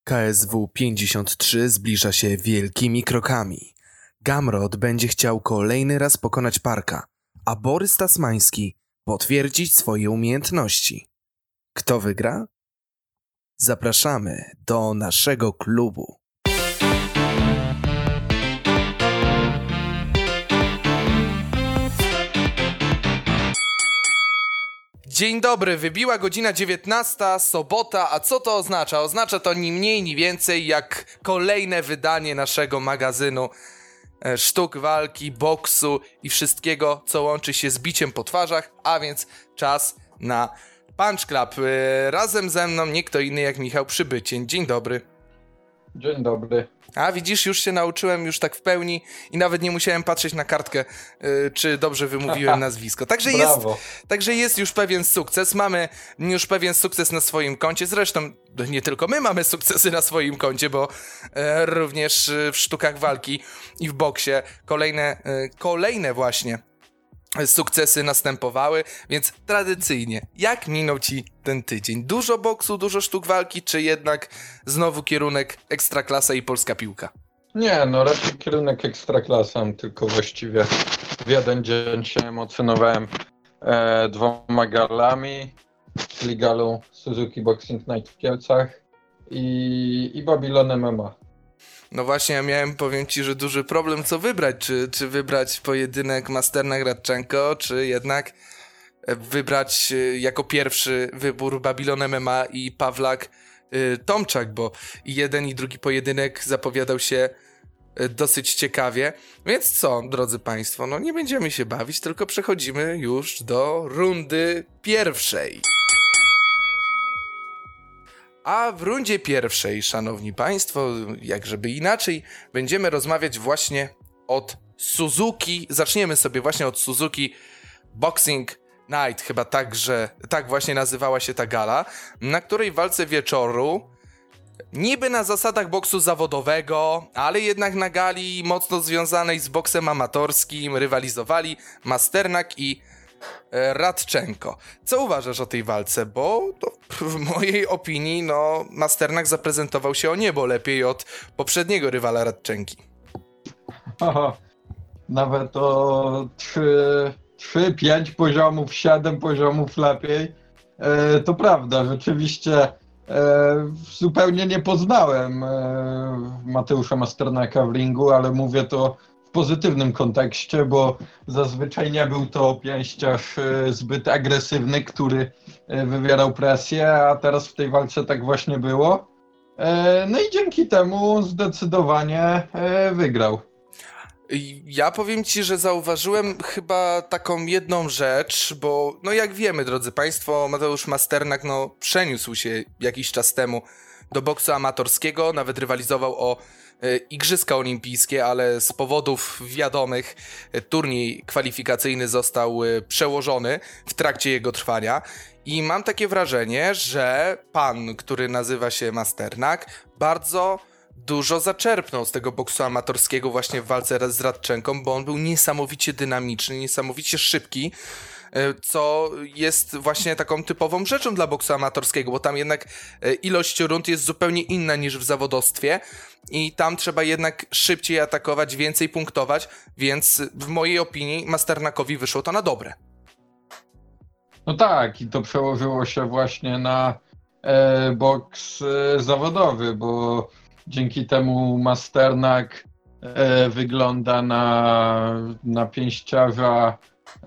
KSW 53 zbliża się wielkimi krokami. Gamrot będzie chciał kolejny raz pokonać Parka, a Borys Tasmański potwierdzić swoje umiejętności. Kto wygra? Zapraszamy do naszego klubu. Dzień dobry, wybiła godzina 19, sobota, a co to oznacza? Oznacza to ni mniej, ni więcej jak kolejne wydanie naszego magazynu sztuk walki, boksu i wszystkiego, co łączy się z biciem po twarzach, a więc czas na Punch Club. Razem ze mną nie kto inny jak Michał Przybycień. Dzień dobry. Dzień dobry. A widzisz, już się nauczyłem, już tak w pełni i nawet nie musiałem patrzeć na kartkę, czy dobrze wymówiłem nazwisko. Także jest już pewien sukces. Mamy już pewien sukces na swoim koncie. Zresztą nie tylko my mamy sukcesy na swoim koncie, bo również w sztukach walki i w boksie kolejne właśnie sukcesy następowały, więc tradycyjnie, jak minął ci ten tydzień? Dużo boksu, dużo sztuk walki, czy jednak znowu kierunek Ekstraklasa i polska piłka? Nie, no raczej kierunek Ekstraklasą, tylko właściwie w jeden dzień się emocjonowałem dwoma galami, czyli galą Suzuki Boxing Night w Kielcach i Babylon MMA. No właśnie, ja miałem, powiem ci, że duży problem, co wybrać. Czy wybrać pojedynek Masternak-Radczenko, czy jednak wybrać jako pierwszy wybór Babylon MMA i Pawlak-Tomczak, bo i jeden i drugi pojedynek zapowiadał się dosyć ciekawie. Więc co, drodzy państwo, no nie będziemy się bawić, tylko przechodzimy już do rundy pierwszej. A w rundzie pierwszej, szanowni państwo, jakżeby inaczej, będziemy rozmawiać właśnie od Suzuki. Zaczniemy sobie właśnie od Suzuki Boxing Night, chyba tak właśnie nazywała się ta gala, na której w walce wieczoru, niby na zasadach boksu zawodowego, ale jednak na gali mocno związanej z boksem amatorskim, rywalizowali Masternak i Radczenko. Co uważasz o tej walce? Bo to w mojej opinii Masternak zaprezentował się o niebo lepiej od poprzedniego rywala Radczenki. Nawet o 3, 5 poziomów, 7 poziomów lepiej. To prawda, rzeczywiście zupełnie nie poznałem Mateusza Masternaka w ringu, ale mówię to w pozytywnym kontekście, bo zazwyczaj nie był to pięściarz zbyt agresywny, który wywierał presję, a teraz w tej walce tak właśnie było. No i dzięki temu zdecydowanie wygrał. Ja powiem ci, że zauważyłem chyba taką jedną rzecz, bo jak wiemy, drodzy państwo, Mateusz Masternak przeniósł się jakiś czas temu do boksu amatorskiego, nawet rywalizował o Igrzyska Olimpijskie, ale z powodów wiadomych turniej kwalifikacyjny został przełożony w trakcie jego trwania i mam takie wrażenie, że pan, który nazywa się Masternak, bardzo dużo zaczerpnął z tego boksu amatorskiego właśnie w walce z Radczenką, bo on był niesamowicie dynamiczny, niesamowicie szybki, co jest właśnie taką typową rzeczą dla boksu amatorskiego, bo tam jednak ilość rund jest zupełnie inna niż w zawodowstwie i tam trzeba jednak szybciej atakować, więcej punktować, więc w mojej opinii Masternakowi wyszło to na dobre. No tak, i to przełożyło się właśnie na boks zawodowy, bo dzięki temu Masternak wygląda na pięściarza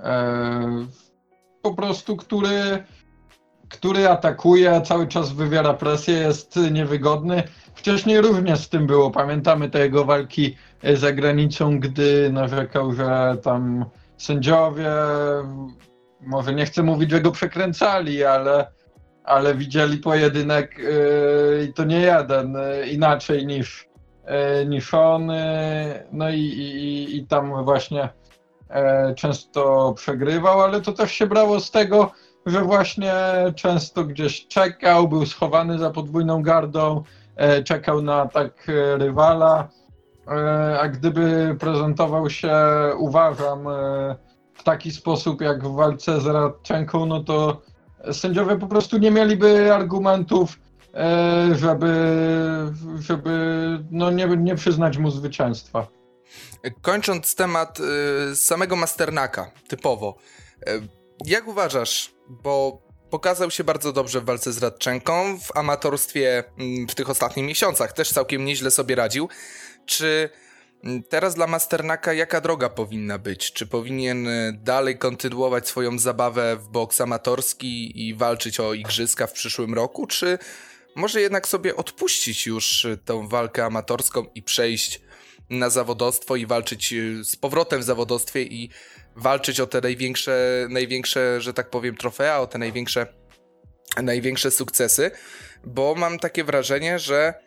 po prostu, który atakuje, cały czas wywiera presję, jest niewygodny. Wcześniej również z tym było. Pamiętamy te jego walki za granicą, gdy narzekał, że tam sędziowie, może nie chcę mówić, że go przekręcali, ale widzieli pojedynek i to nie jeden, inaczej niż on. No i tam właśnie często przegrywał, ale to też się brało z tego, że właśnie często gdzieś czekał, był schowany za podwójną gardą, czekał na atak rywala, a gdyby prezentował się, uważam, w taki sposób jak w walce z Radczenką, no to sędziowie po prostu nie mieliby argumentów żeby no nie przyznać mu zwycięstwa. Kończąc temat samego Masternaka, typowo, jak uważasz, bo pokazał się bardzo dobrze w walce z Radczenką, w amatorstwie w tych ostatnich miesiącach też całkiem nieźle sobie radził, czy teraz dla Masternaka jaka droga powinna być? Czy powinien dalej kontynuować swoją zabawę w boks amatorski i walczyć o igrzyska w przyszłym roku, czy może jednak sobie odpuścić już tą walkę amatorską i przejść na zawodowstwo i walczyć z powrotem w zawodowstwie i walczyć o te największe, że tak powiem, trofea, o te największe sukcesy, bo mam takie wrażenie,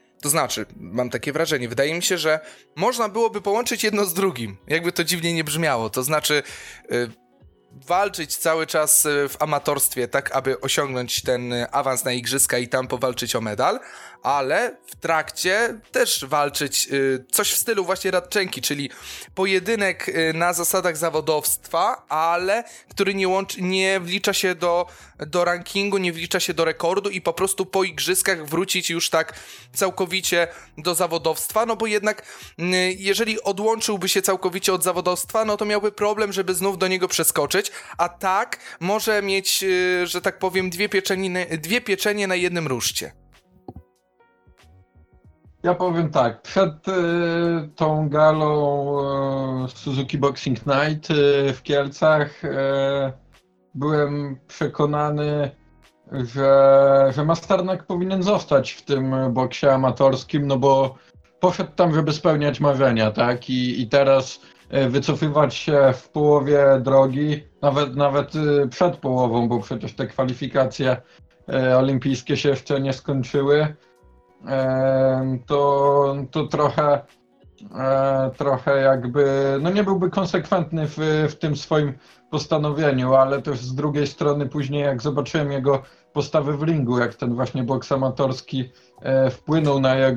wydaje mi się, że można byłoby połączyć jedno z drugim, jakby to dziwnie nie brzmiało, to znaczy walczyć cały czas w amatorstwie, tak aby osiągnąć ten awans na igrzyska i tam powalczyć o medal, ale w trakcie też walczyć coś w stylu właśnie Radczenki, czyli pojedynek na zasadach zawodowstwa, ale który nie wlicza się do rankingu, nie wlicza się do rekordu i po prostu po igrzyskach wrócić już tak całkowicie do zawodowstwa, no bo jednak jeżeli odłączyłby się całkowicie od zawodowstwa, no to miałby problem, żeby znów do niego przeskoczyć, a tak może mieć, że tak powiem, dwie pieczenie na jednym ruszcie. Ja powiem tak, przed tą galą Suzuki Boxing Night w Kielcach byłem przekonany, że Masternak powinien zostać w tym boksie amatorskim, no bo poszedł tam, żeby spełniać marzenia, tak? I teraz wycofywać się w połowie drogi, nawet przed połową, bo przecież te kwalifikacje olimpijskie się jeszcze nie skończyły, to trochę jakby, no nie byłby konsekwentny w tym swoim postanowieniu, ale też z drugiej strony później jak zobaczyłem jego postawy w ringu, jak ten właśnie boks amatorski wpłynął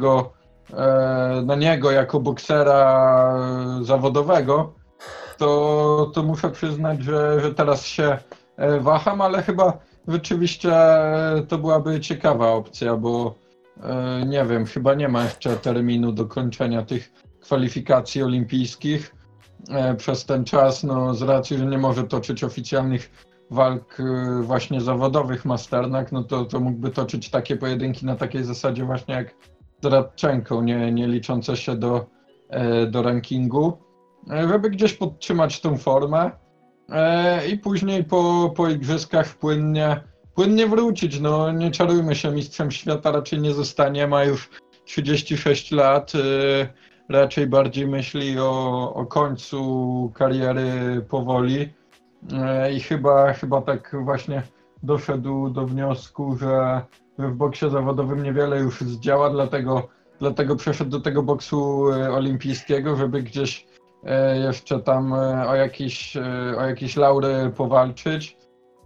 na niego jako boksera zawodowego, to muszę przyznać, że teraz się waham, ale chyba rzeczywiście to byłaby ciekawa opcja, bo nie wiem, chyba nie ma jeszcze terminu do kończenia tych kwalifikacji olimpijskich. Przez ten czas, no z racji, że nie może toczyć oficjalnych walk właśnie zawodowych Masternak, no to mógłby toczyć takie pojedynki na takiej zasadzie właśnie jak z Radczenką, nie liczące się do rankingu, żeby gdzieś podtrzymać tą formę i później po igrzyskach płynnie wrócić. No nie czarujmy się, mistrzem świata raczej nie zostanie, ma już 36 lat, raczej bardziej myśli o końcu kariery powoli i chyba tak właśnie doszedł do wniosku, że w boksie zawodowym niewiele już zdziała, dlatego przeszedł do tego boksu olimpijskiego, żeby gdzieś jeszcze tam o jakieś laury powalczyć.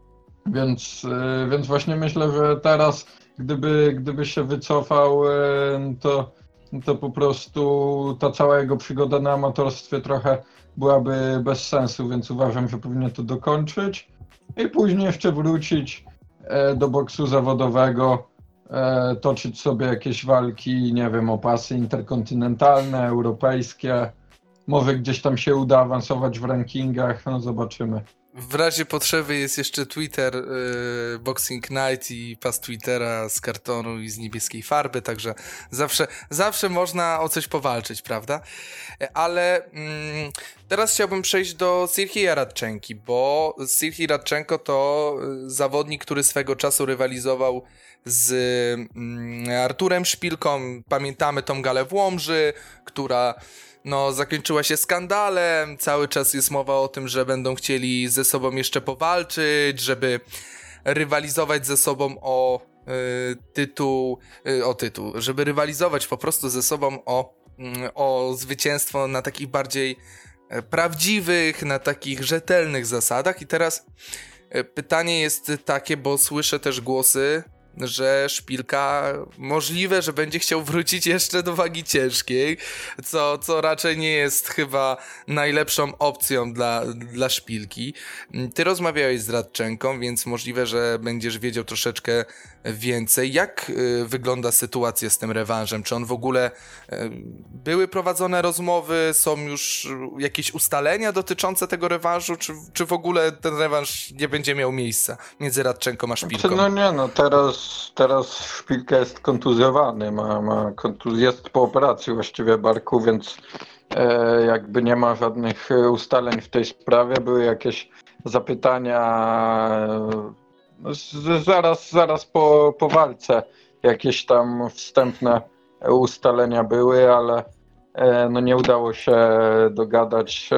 Więc właśnie myślę, że teraz gdyby się wycofał, to po prostu ta cała jego przygoda na amatorstwie trochę byłaby bez sensu, więc uważam, że powinien to dokończyć i później jeszcze wrócić do boksu zawodowego, toczyć sobie jakieś walki, nie wiem, o pasy interkontynentalne, europejskie, może gdzieś tam się uda awansować w rankingach, no zobaczymy. W razie potrzeby jest jeszcze Twitter Boxing Night i pas Twittera z kartonu i z niebieskiej farby, także zawsze można o coś powalczyć, prawda? Ale teraz chciałbym przejść do Serhija Radczenki, bo Serhij Radczenko to zawodnik, który swego czasu rywalizował z Arturem Szpilką. Pamiętamy tą galę w Łomży, która zakończyła się skandalem, cały czas jest mowa o tym, że będą chcieli ze sobą jeszcze powalczyć, żeby rywalizować ze sobą o tytuł, żeby rywalizować po prostu ze sobą o zwycięstwo na takich bardziej prawdziwych, na takich rzetelnych zasadach. I teraz pytanie jest takie, bo słyszę też głosy że Szpilka możliwe, że będzie chciał wrócić jeszcze do wagi ciężkiej, co raczej nie jest chyba najlepszą opcją dla Szpilki. Ty rozmawiałeś z Radczenką, więc możliwe, że będziesz wiedział troszeczkę więcej. Jak wygląda sytuacja z tym rewanżem? Czy on w ogóle były prowadzone rozmowy? Są już jakieś ustalenia dotyczące tego rewanżu? Czy w ogóle ten rewanż nie będzie miał miejsca między Radczenką a Szpilką? Teraz Szpilka jest kontuzjowany, jest po operacji właściwie barku, więc jakby nie ma żadnych ustaleń w tej sprawie. Były jakieś zapytania zaraz po walce, jakieś tam wstępne ustalenia były, ale no nie udało się dogadać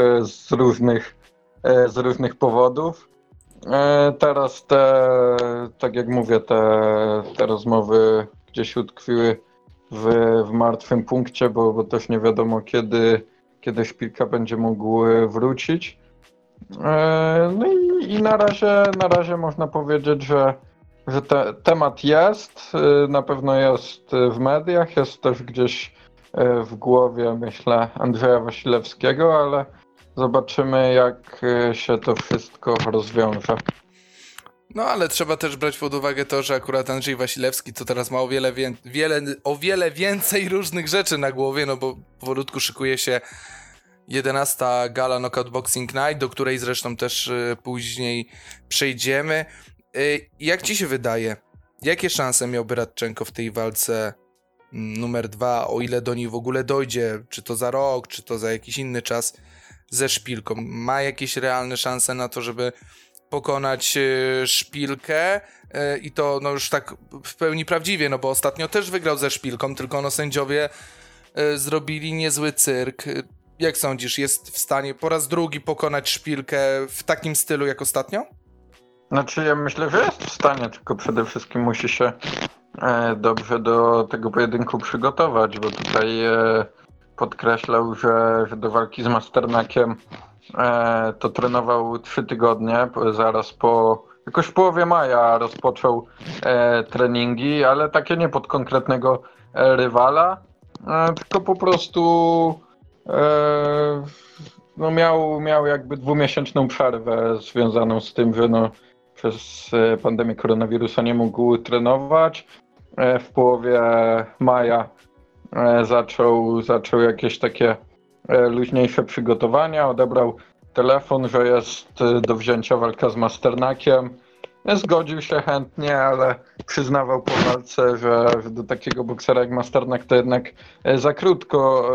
z różnych powodów. Teraz tak jak mówię, te rozmowy gdzieś utkwiły w martwym punkcie, bo też nie wiadomo kiedy Szpilka będzie mógł wrócić. No i na razie można powiedzieć, że temat jest, na pewno jest w mediach, jest też gdzieś w głowie, myślę, Andrzeja Wasilewskiego, ale zobaczymy, jak się to wszystko rozwiąże. No ale trzeba też brać pod uwagę to, że akurat Andrzej Wasilewski to teraz ma o wiele więcej różnych rzeczy na głowie, no bo powolutku szykuje się 11. gala Knockout Boxing Night, do której zresztą też później przejdziemy. Jak ci się wydaje, jakie szanse miałby Radczenko w tej walce numer 2, o ile do niej w ogóle dojdzie, czy to za rok, czy to za jakiś inny czas, ze Szpilką? Ma jakieś realne szanse na to, żeby pokonać Szpilkę i to no już tak w pełni prawdziwie, no bo ostatnio też wygrał ze Szpilką, tylko no sędziowie zrobili niezły cyrk. Jak sądzisz, jest w stanie po raz drugi pokonać Szpilkę w takim stylu jak ostatnio? Znaczy ja myślę, że jest w stanie, tylko przede wszystkim musi się dobrze do tego pojedynku przygotować, bo tutaj podkreślał, że do walki z Masternakiem to trenował 3 tygodnie, jakoś w połowie maja rozpoczął treningi, ale takie nie pod konkretnego rywala, tylko po prostu no miał jakby 2-miesięczną przerwę związaną z tym, że no przez pandemię koronawirusa nie mógł trenować. W połowie maja zaczął jakieś takie luźniejsze przygotowania, odebrał telefon, że jest do wzięcia walka z Masternakiem. Zgodził się chętnie, ale przyznawał po walce, że do takiego boksera jak Masternak to jednak za krótko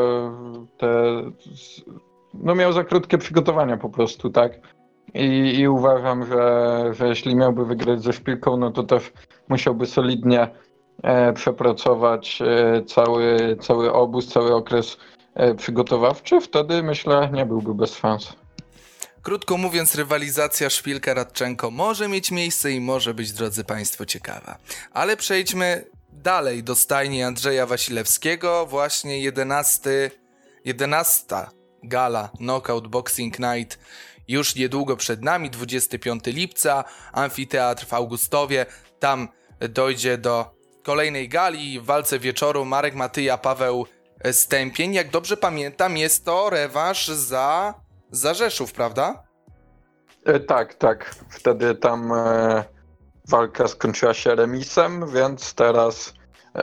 no miał za krótkie przygotowania po prostu, tak? I uważam, że jeśli miałby wygrać ze Szpilką, no to też musiałby solidnie przepracować cały obóz, cały okres przygotowawczy. Wtedy, myślę, nie byłby bez szans. Krótko mówiąc, rywalizacja Szpilka-Radczenko może mieć miejsce i może być, drodzy Państwo, ciekawa. Ale przejdźmy dalej do stajni Andrzeja Wasilewskiego. Właśnie 11. gala Knockout Boxing Night już niedługo przed nami, 25 lipca, amfiteatr w Augustowie. Tam dojdzie do kolejnej gali w walce wieczoru Marek Matyja, Paweł Stępień. Jak dobrze pamiętam, jest to rewanż za Rzeszów, prawda? Tak. Wtedy tam walka skończyła się remisem, więc teraz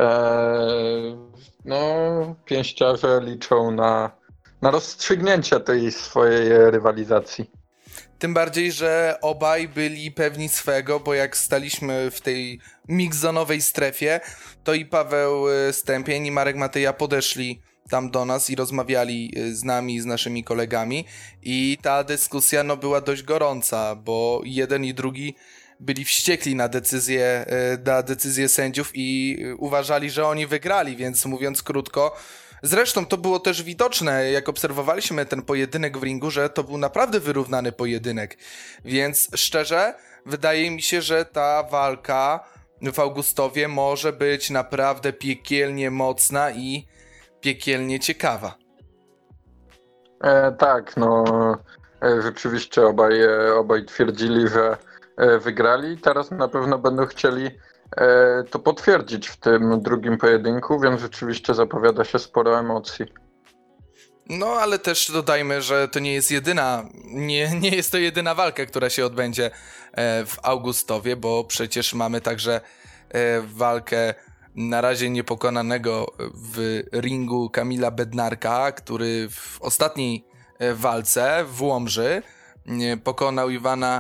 pięściarze liczą na rozstrzygnięcie tej swojej rywalizacji. Tym bardziej, że obaj byli pewni swego, bo jak staliśmy w tej mix-zonowej strefie, to i Paweł Stępień i Marek Matyja podeszli tam do nas i rozmawiali z nami, z naszymi kolegami i ta dyskusja była dość gorąca, bo jeden i drugi byli wściekli na decyzję sędziów i uważali, że oni wygrali, więc mówiąc krótko, zresztą to było też widoczne, jak obserwowaliśmy ten pojedynek w ringu, że to był naprawdę wyrównany pojedynek, więc szczerze wydaje mi się, że ta walka w Augustowie może być naprawdę piekielnie mocna i piekielnie ciekawa. Tak, rzeczywiście obaj twierdzili, że wygrali. Teraz na pewno będą chcieli to potwierdzić w tym drugim pojedynku, więc rzeczywiście zapowiada się sporo emocji. No, ale też dodajmy, że to nie jest nie jest to jedyna walka, która się odbędzie w Augustowie, bo przecież mamy także walkę na razie niepokonanego w ringu Kamila Bednarka, który w ostatniej walce w Łomży pokonał Iwana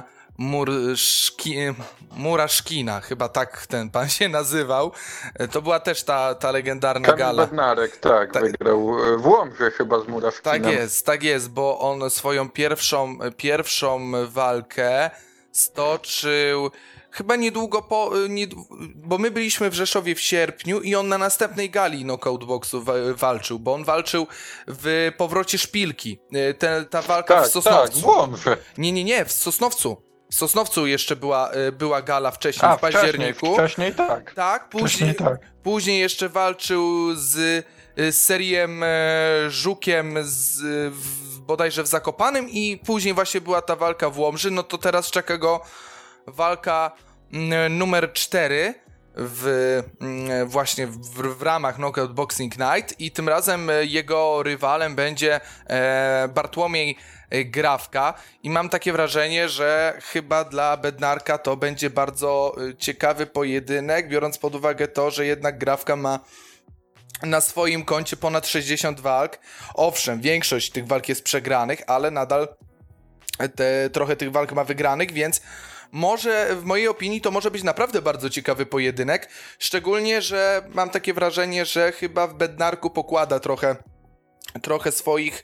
Muraszkina, chyba tak ten pan się nazywał. To była też ta legendarna Kamil gala. Bednarek, tak, wygrał w Łomży chyba z Muraszkinem. Tak jest, bo on swoją pierwszą walkę stoczył chyba niedługo bo my byliśmy w Rzeszowie w sierpniu i on na następnej gali Knockout Boxu walczył, bo on walczył w Powrocie Szpilki. Ta walka w Sosnowcu. Tak, w Łomży. Nie, w Sosnowcu. W Sosnowcu jeszcze była gala wcześniej, w październiku. Wcześniej tak. Tak, później jeszcze walczył z Seriem Żukiem bodajże w Zakopanem i później właśnie była ta walka w Łomży. No to teraz czeka go walka numer 4 właśnie w ramach Knockout Boxing Night i tym razem jego rywalem będzie Bartłomiej Grawka i mam takie wrażenie, że chyba dla Bednarka to będzie bardzo ciekawy pojedynek, biorąc pod uwagę to, że jednak Grawka ma na swoim koncie ponad 60 walk. Owszem, większość tych walk jest przegranych, ale nadal trochę tych walk ma wygranych, więc może, w mojej opinii, to może być naprawdę bardzo ciekawy pojedynek, szczególnie, że mam takie wrażenie, że chyba w Bednarku pokłada trochę swoich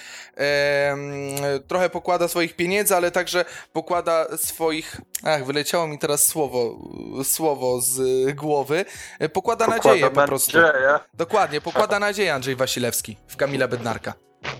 pokłada swoich pieniędzy, ale także pokłada swoich... wyleciało mi teraz słowo z głowy. Pokłada nadzieję po prostu. Dokładnie, pokłada nadzieję Andrzej Wasilewski w Kamila Bednarka.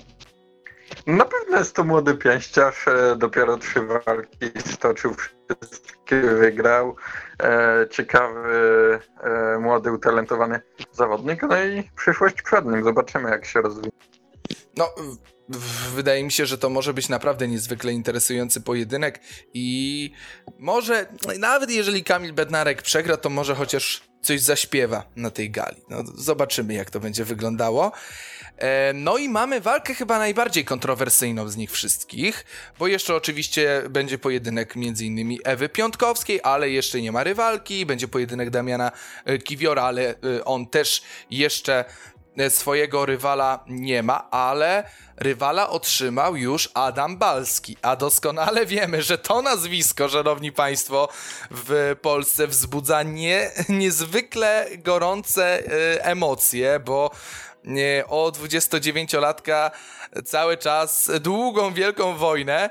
Na pewno jest to młody pięściarz, dopiero 3 walki stoczył, wszystkie wygrał. Ciekawy, młody, utalentowany zawodnik, no i przyszłość przed nim. Zobaczymy, jak się rozwinie. No, wydaje mi się, że to może być naprawdę niezwykle interesujący pojedynek i może, nawet jeżeli Kamil Bednarek przegra, to może chociaż coś zaśpiewa na tej gali. No, zobaczymy, jak to będzie wyglądało. No i mamy walkę chyba najbardziej kontrowersyjną z nich wszystkich, bo jeszcze oczywiście będzie pojedynek m.in. Ewy Piątkowskiej, ale jeszcze nie ma rywalki, będzie pojedynek Damiana Kiwiora, ale on też jeszcze swojego rywala nie ma, ale rywala otrzymał już Adam Balski, a doskonale wiemy, że to nazwisko, szanowni państwo, w Polsce wzbudza niezwykle gorące emocje, bo o 29-latka cały czas długą, wielką wojnę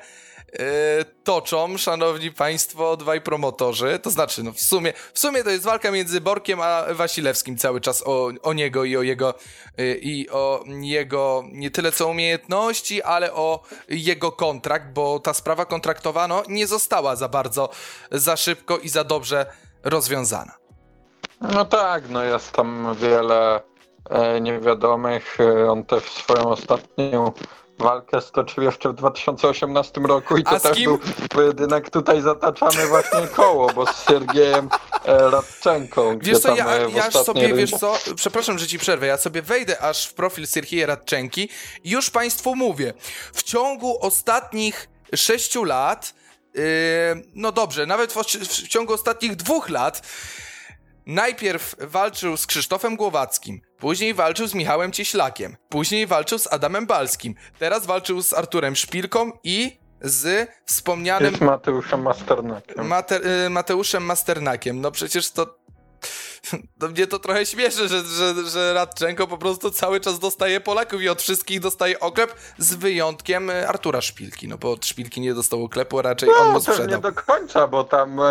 toczą, szanowni państwo, dwaj promotorzy, to znaczy, no w sumie to jest walka między Borkiem a Wasilewskim cały czas o niego i o jego nie tyle co umiejętności, ale o jego kontrakt, bo ta sprawa kontraktowa nie została za szybko i za dobrze rozwiązana. No tak, no jest tam wiele niewiadomych, on też swoją ostatnią walkę stoczył jeszcze w 2018 roku i to też był pojedynek, tutaj zataczamy właśnie koło, bo z Siergiejem Radczenką. Wiesz co, ja sobie, wiesz co, przepraszam, że ci przerwę, ja sobie wejdę aż w profil Siergieja Radczenki i już państwu mówię, w ciągu ostatnich 6 lat, no dobrze, nawet w ciągu ostatnich 2 lat, najpierw walczył z Krzysztofem Głowackim, później walczył z Michałem Cieślakiem, później walczył z Adamem Balskim, teraz walczył z Arturem Szpilką i z wspomnianym... Z Mateuszem Masternakiem. Mateuszem Masternakiem. No przecież to mnie to trochę śmieszy, że Radczenko po prostu cały czas dostaje Polaków i od wszystkich dostaje oklep, z wyjątkiem Artura Szpilki, no bo od Szpilki nie dostał oklepu, a raczej on mu sprzedał. Nie do końca, bo tam...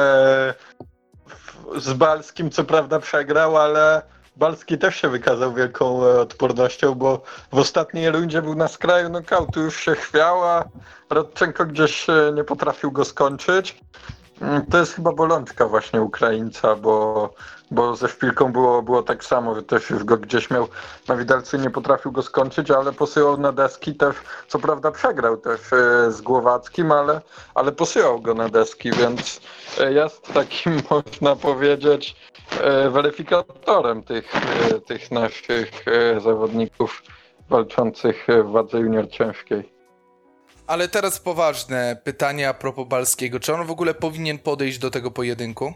z Balskim co prawda przegrał, ale Balski też się wykazał wielką odpornością, bo w ostatniej rundzie był na skraju knockoutu, już się chwiał, a Radczenko gdzieś nie potrafił go skończyć. To jest chyba bolączka właśnie Ukraińca, bo ze Szpilką było tak samo, że też już go gdzieś miał na widelcu i nie potrafił go skończyć, ale posyłał na deski też, co prawda przegrał też z Głowackim, ale posyłał go na deski, więc jest takim, można powiedzieć, weryfikatorem tych naszych zawodników walczących w wadze junior ciężkiej. Ale teraz poważne pytanie a propos Balskiego. Czy on w ogóle powinien podejść do tego pojedynku?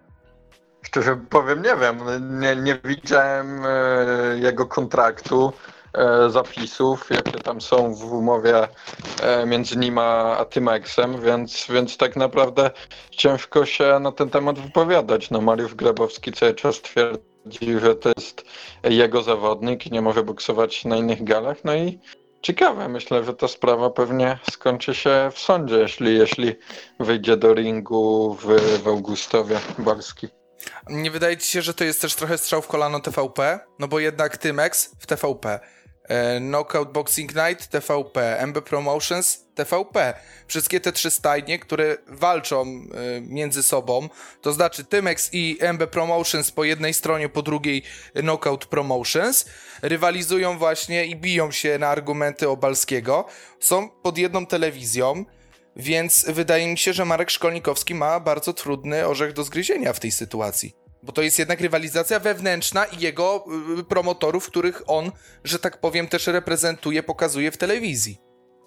Szczerze powiem, nie wiem. Nie widziałem jego kontraktu, zapisów, jakie tam są w umowie między nim a Tymexem, więc tak naprawdę ciężko się na ten temat wypowiadać. No, Mariusz Grabowski cały czas twierdzi, że to jest jego zawodnik i nie może boksować na innych galach. No i ciekawe, myślę, że ta sprawa pewnie skończy się w sądzie, jeśli wyjdzie do ringu w Augustowie Balski. Nie wydaje ci się, że to jest też trochę strzał w kolano TVP? No bo jednak Tymex w TVP, Knockout Boxing Night TVP, MB Promotions TVP. Wszystkie te trzy stajnie, które walczą między sobą, to znaczy Tymex i MB Promotions po jednej stronie, po drugiej Knockout Promotions, rywalizują właśnie i biją się na argumenty Obalskiego. Są pod jedną telewizją, więc wydaje mi się, że Marek Szkolnikowski ma bardzo trudny orzech do zgryzienia w tej sytuacji. Bo to jest jednak rywalizacja wewnętrzna i jego promotorów, których on, że tak powiem, też reprezentuje, pokazuje w telewizji.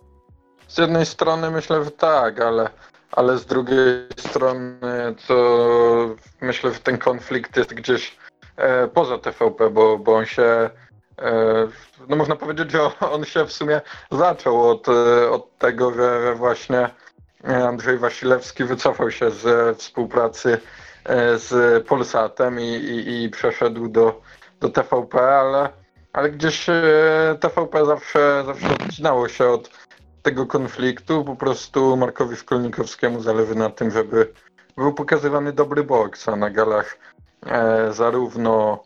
Z jednej strony myślę, że tak, ale z drugiej strony to myślę, że ten konflikt jest gdzieś poza TVP, bo on się, no można powiedzieć, że on się w sumie zaczął od tego, że właśnie Andrzej Wasilewski wycofał się ze współpracy z Polsatem i przeszedł do TVP, ale gdzieś TVP zawsze odcinało się od tego konfliktu. Po prostu Markowi Szkolnikowskiemu zależy na tym, żeby był pokazywany dobry boks, a na galach zarówno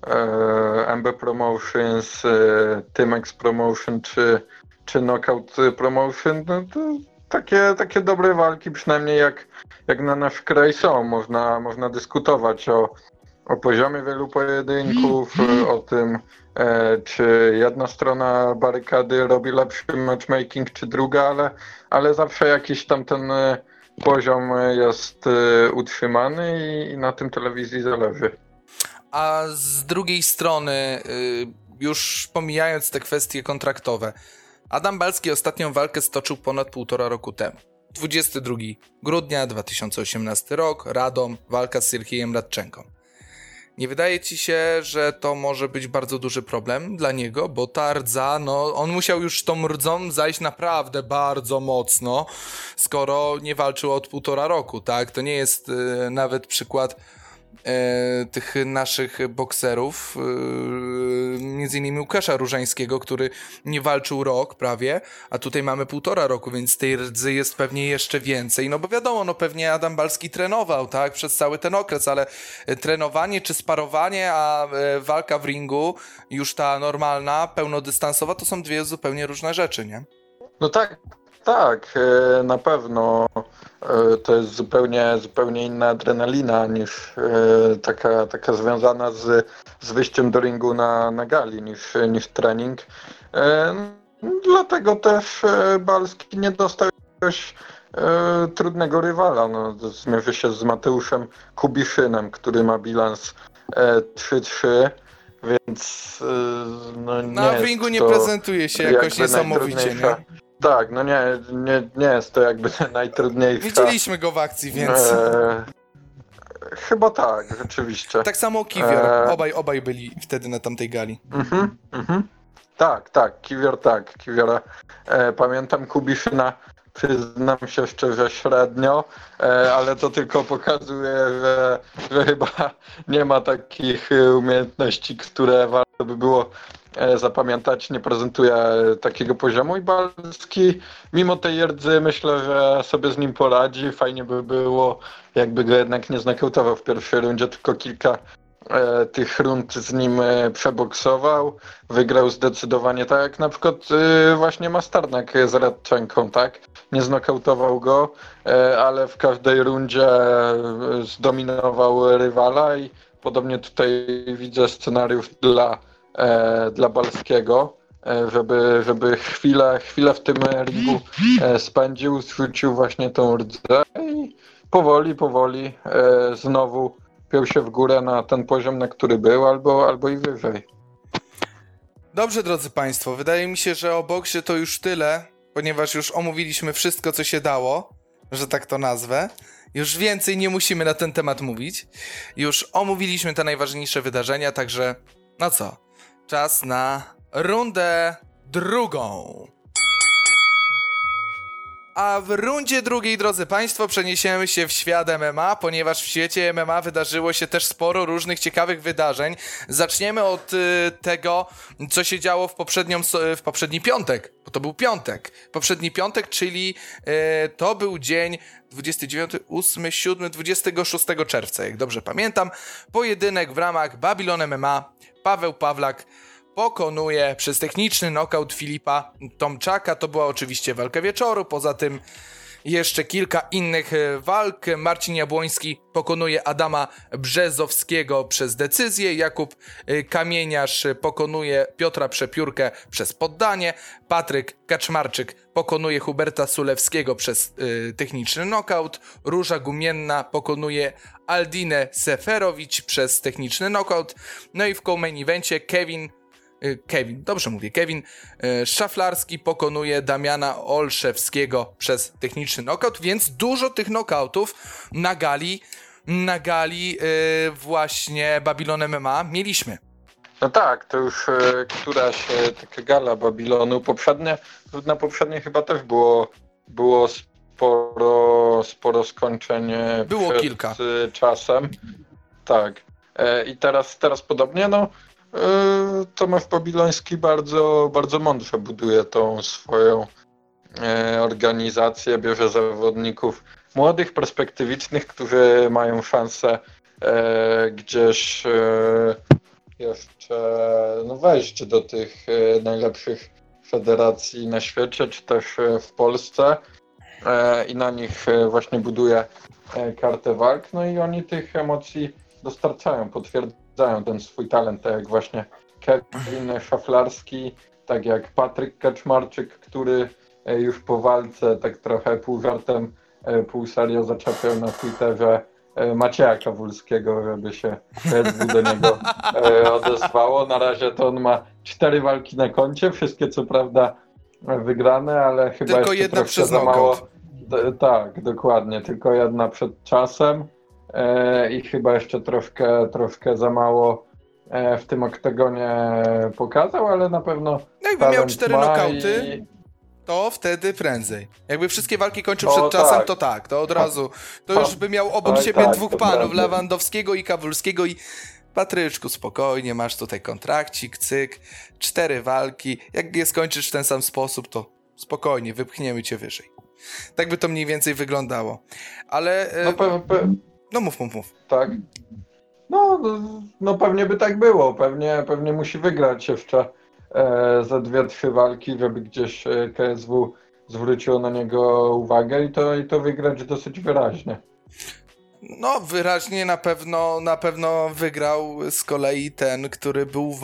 MB Promotions, Tymex Promotion czy Knockout Promotion, no to takie dobre walki, przynajmniej jak na nasz kraj są. Można dyskutować o poziomie wielu pojedynków, o tym, czy jedna strona barykady robi lepszy matchmaking, czy druga, ale zawsze jakiś tam ten poziom jest utrzymany i na tym telewizji zależy. A z drugiej strony, już pomijając te kwestie kontraktowe, Adam Balski ostatnią walkę stoczył ponad 1,5 roku temu. 22 grudnia 2018 rok, Radom, walka z Sierhiejem Radczenką. Nie wydaje ci się, że to może być bardzo duży problem dla niego, bo ta rdza, no on musiał już tą rdzą zajść naprawdę bardzo mocno, skoro nie walczył od 1,5 roku, tak? To nie jest nawet przykład tych naszych bokserów, między innymi Łukasza Różańskiego, który nie walczył rok prawie, a tutaj mamy 1,5 roku, więc tej rdzy jest pewnie jeszcze więcej, no bo wiadomo, no pewnie Adam Balski trenował, tak, przez cały ten okres, ale trenowanie czy sparowanie, a walka w ringu, już ta normalna, pełnodystansowa, to są dwie zupełnie różne rzeczy, nie? No tak, na pewno to jest zupełnie inna adrenalina niż taka związana z wyjściem do ringu na gali niż trening. Dlatego też Balski nie dostał jakiegoś trudnego rywala. No, zmierzy się z Mateuszem Kubiszynem, który ma bilans 3-3, więc no nie w ringu nie prezentuje się jakoś niesamowicie, nie? Tak, no nie jest to jakby najtrudniejsze. Widzieliśmy go w akcji, więc... Chyba tak, rzeczywiście. Tak samo Kiwior, obaj byli wtedy na tamtej gali. Tak, Kiwiora pamiętam, Kubiszyna przyznam się szczerze średnio, ale to tylko pokazuje, że chyba nie ma takich umiejętności, które warto by było zapamiętać, nie prezentuje takiego poziomu i Balski mimo tej rdzy myślę, że sobie z nim poradzi. Fajnie by było, jakby go jednak nie znokautował w pierwszej rundzie, tylko tych rund z nim przeboksował, wygrał zdecydowanie, tak jak na przykład właśnie Masternak z Radczenką, tak? Nie znokautował go, ale w każdej rundzie zdominował rywala i podobnie tutaj widzę scenariusz dla Balskiego, żeby chwilę w tym ringu spędził, zrzucił właśnie tą rdzę i powoli znowu piął się w górę na ten poziom, na który był, albo i wyżej. Dobrze, drodzy Państwo, wydaje mi się, że o boksie to już tyle, ponieważ już omówiliśmy wszystko, co się dało, że tak to nazwę. Już więcej nie musimy na ten temat mówić. Już omówiliśmy te najważniejsze wydarzenia, także no co? Czas na rundę drugą. A w rundzie drugiej, drodzy Państwo, przeniesiemy się w świat MMA, ponieważ w świecie MMA wydarzyło się też sporo różnych ciekawych wydarzeń. Zaczniemy od tego, co się działo w poprzedni piątek, bo to był piątek. Poprzedni piątek, czyli to był dzień 29, 8, 7, 26 czerwca, jak dobrze pamiętam. Pojedynek w ramach Babylon MMA. Paweł Pawlak pokonuje przez techniczny knockout Filipa Tomczaka. To była oczywiście walka wieczoru, poza tym jeszcze kilka innych walk. Marcin Jabłoński pokonuje Adama Brzezowskiego przez decyzję. Jakub Kamieniarz pokonuje Piotra Przepiórkę przez poddanie. Patryk Kaczmarczyk pokonuje Huberta Sulewskiego przez techniczny knockout. Róża Gumienna pokonuje Aldinę Seferowicz przez techniczny knockout. No i w co-main evencie Kevin Szaflarski pokonuje Damiana Olszewskiego przez techniczny knockout, więc dużo tych knockoutów na gali właśnie Babylon MMA mieliśmy. No tak, to już któraś taka gala Babilonu. Na poprzedniej chyba też było sporo skończeń było przed kilka. Czasem. Tak. I teraz podobnie, no Tomasz Babiloński bardzo, bardzo mądrze buduje tą swoją organizację, bierze zawodników młodych, perspektywicznych, którzy mają szansę gdzieś jeszcze wejść do tych najlepszych federacji na świecie, czy też w Polsce i na nich właśnie buduje kartę walk, no i oni tych emocji dostarczają, potwierdzają ten swój talent, tak jak właśnie Kevin Szaflarski, tak jak Patryk Kaczmarczyk, który już po walce tak trochę pół żartem, pół serio zaczepiał na Twitterze Macieja Kawulskiego, żeby się KSW do niego odezwało. Na razie to on ma 4 walki na koncie, wszystkie co prawda wygrane, ale chyba tylko jeszcze jedna przez za mało. knockout. Tak, dokładnie, tylko jedna przed czasem i chyba jeszcze troszkę za mało w tym oktagonie pokazał, ale na pewno No jakby miał 4 knockouty, i... to wtedy prędzej. Jakby wszystkie walki kończył przed czasem, tak. to tak, to od razu. To już by miał obok siebie dwóch panów, prawda. Lewandowskiego i Kawulskiego i Patryczku, spokojnie, masz tutaj kontrakcik, cyk, 4 walki. Jak je skończysz w ten sam sposób, to spokojnie, wypchniemy cię wyżej. Tak by to mniej więcej wyglądało. Ale... No mów. Tak. No pewnie by tak było. Pewnie musi wygrać jeszcze ze 2-3 walki, żeby gdzieś KSW zwróciło na niego uwagę i to wygrać dosyć wyraźnie. No wyraźnie na pewno wygrał z kolei ten, który był w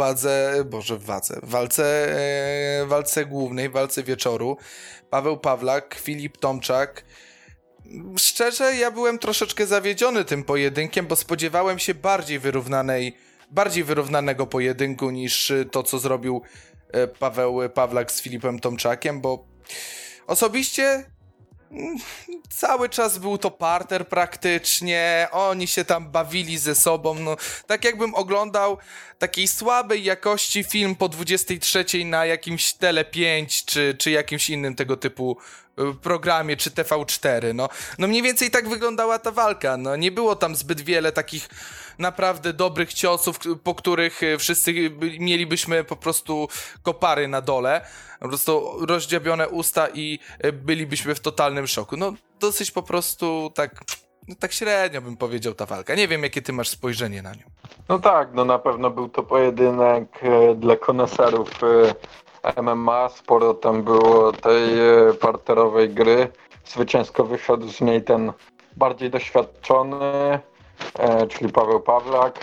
walce głównej, w walce wieczoru. Paweł Pawlak, Filip Tomczak. Szczerze, ja byłem troszeczkę zawiedziony tym pojedynkiem, bo spodziewałem się bardziej wyrównanego pojedynku niż to, co zrobił Paweł Pawlak z Filipem Tomczakiem, bo osobiście cały czas był to parter praktycznie, oni się tam bawili ze sobą, no tak jakbym oglądał takiej słabej jakości film po 23 na jakimś Tele5 czy jakimś innym tego typu programie, czy TV4, no mniej więcej tak wyglądała ta walka, no nie było tam zbyt wiele takich naprawdę dobrych ciosów, po których wszyscy mielibyśmy po prostu kopary na dole, po prostu rozdziabione usta i bylibyśmy w totalnym szoku. No dosyć po prostu tak no tak średnio bym powiedział ta walka. Nie wiem, jakie ty masz spojrzenie na nią. No tak, no na pewno był to pojedynek dla koneserów MMA. Sporo tam było tej parterowej gry. Zwycięsko wyszedł z niej ten bardziej doświadczony, czyli Paweł Pawlak.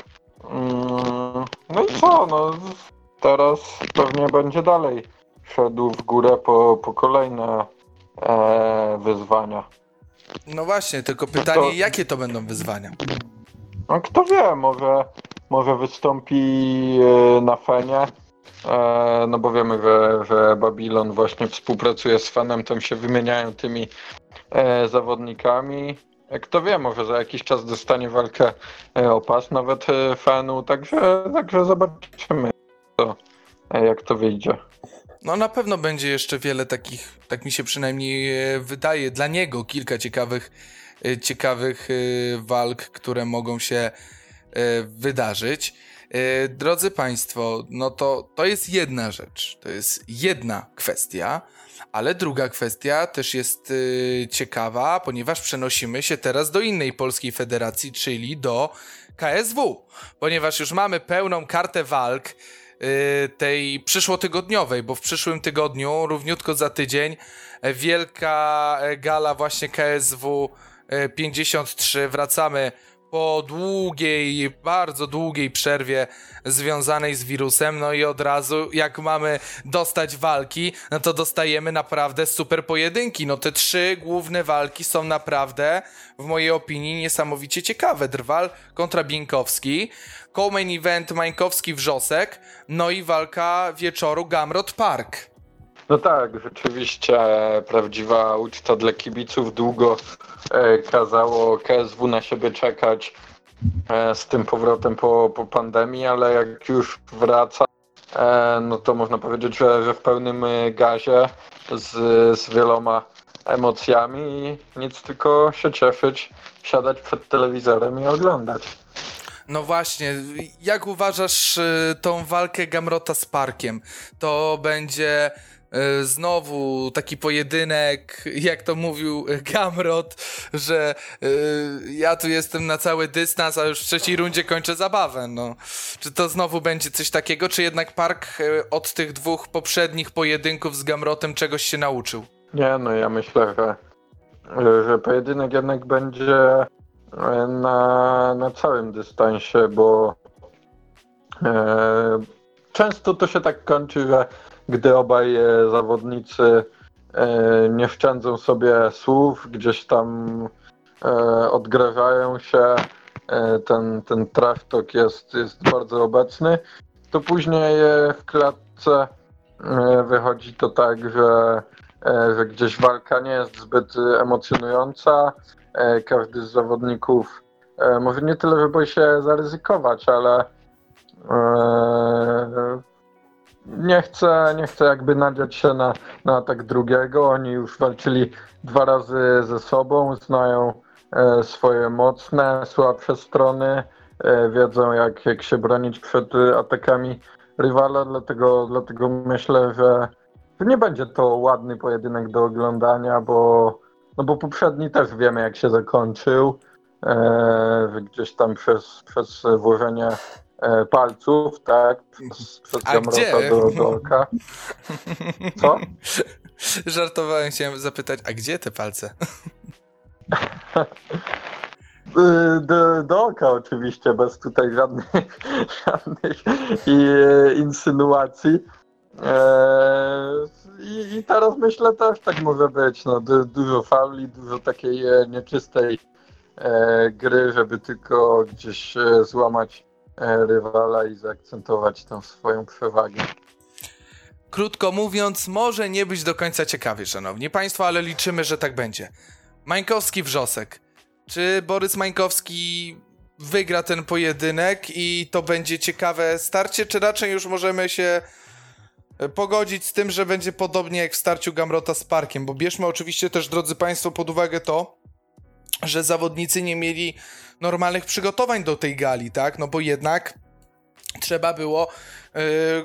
No i co, no teraz pewnie będzie dalej szedł w górę po kolejne wyzwania. No właśnie, tylko pytanie, jakie to będą wyzwania? No kto wie, może wystąpi na Fenie, no bo wiemy, że Babylon właśnie współpracuje z Fenem, tam się wymieniają tymi zawodnikami. Kto wie, może za jakiś czas dostanie walkę o pas nawet Fenu, także zobaczymy, jak to wyjdzie. No na pewno będzie jeszcze wiele takich, tak mi się przynajmniej wydaje, dla niego kilka ciekawych walk, które mogą się wydarzyć. Drodzy Państwo, no to jest jedna rzecz, to jest jedna kwestia, ale druga kwestia też jest ciekawa, ponieważ przenosimy się teraz do innej polskiej federacji, czyli do KSW, ponieważ już mamy pełną kartę walk tej przyszłotygodniowej, bo w przyszłym tygodniu, równiutko za tydzień, wielka gala właśnie KSW 53. Wracamy po długiej, bardzo długiej przerwie związanej z wirusem, no i od razu jak mamy dostać walki, no to dostajemy naprawdę super pojedynki. No te 3 główne walki są naprawdę, w mojej opinii, niesamowicie ciekawe. Drwal kontra Bieńkowski, co-main event Mańkowski-Wrzosek, no i walka wieczoru Gamrot Park. No tak, rzeczywiście prawdziwa uczta dla kibiców. Długo kazało KSW na siebie czekać z tym powrotem po pandemii, ale jak już wraca, no to można powiedzieć, że w pełnym gazie z wieloma emocjami i nic tylko się cieszyć, siadać przed telewizorem i oglądać. No właśnie, jak uważasz tą walkę Gamrota z Parkiem? To będzie znowu taki pojedynek, jak to mówił Gamrot, że ja tu jestem na cały dystans, a już w 3. rundzie kończę zabawę. No. Czy to znowu będzie coś takiego, czy jednak Park od tych 2 poprzednich pojedynków z Gamrotem czegoś się nauczył? Nie, no ja myślę, że pojedynek jednak będzie na całym dystansie, bo często to się tak kończy, że gdy obaj zawodnicy nie szczędzą sobie słów, gdzieś tam odgrażają się, ten trash talk jest bardzo obecny, to później w klatce wychodzi to tak, że gdzieś walka nie jest zbyt emocjonująca. Każdy z zawodników może nie tyle, że boi się zaryzykować, ale nie chce jakby nadziać się na atak drugiego. Oni już walczyli 2 razy ze sobą, znają swoje mocne, słabsze strony, wiedzą jak się bronić przed atakami rywala, dlatego myślę, że nie będzie to ładny pojedynek do oglądania, bo poprzedni też wiemy jak się zakończył, gdzieś tam przez włożenie palców, tak, przez Gamrota do oka. Co? Żartowałem, chciałem zapytać, a gdzie te palce? Do oka oczywiście, bez tutaj żadnych insynuacji. I teraz myślę też tak może być, no, dużo fauli, dużo takiej nieczystej gry, żeby tylko gdzieś złamać rywala i zaakcentować tą swoją przewagę. Krótko mówiąc, może nie być do końca ciekawy, szanowni państwo, ale liczymy, że tak będzie. Mańkowski-Wrzosek. Czy Borys Mańkowski wygra ten pojedynek i to będzie ciekawe starcie, czy raczej już możemy się pogodzić z tym, że będzie podobnie jak w starciu Gamrota z Parkiem? Bo bierzmy oczywiście też, drodzy państwo, pod uwagę to, że zawodnicy nie mieli normalnych przygotowań do tej gali, tak? No bo jednak trzeba było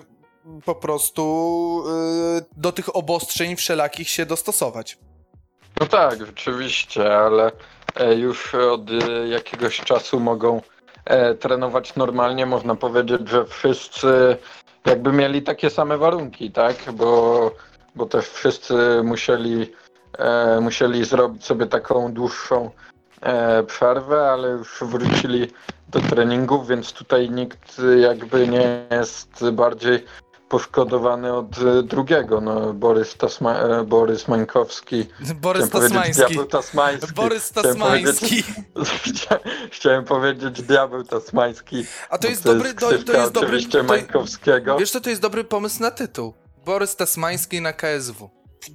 po prostu do tych obostrzeń wszelakich się dostosować. No tak, rzeczywiście, ale już od jakiegoś czasu mogą trenować normalnie. Można powiedzieć, że wszyscy jakby mieli takie same warunki, tak? Bo też wszyscy musieli zrobić sobie taką dłuższą przerwę, ale już wrócili do treningów, więc tutaj nikt jakby nie jest bardziej poszkodowany od drugiego. No, Borys Mańkowski. Borys Tasmański. Diabeł Tasmański. Borys Tasmański. Chciałem powiedzieć Diabeł Tasmański. A to jest dobry, to jest dobry. Oczywiście Mańkowskiego. Wiesz co, to jest dobry pomysł na tytuł. Borys Tasmański na KSW.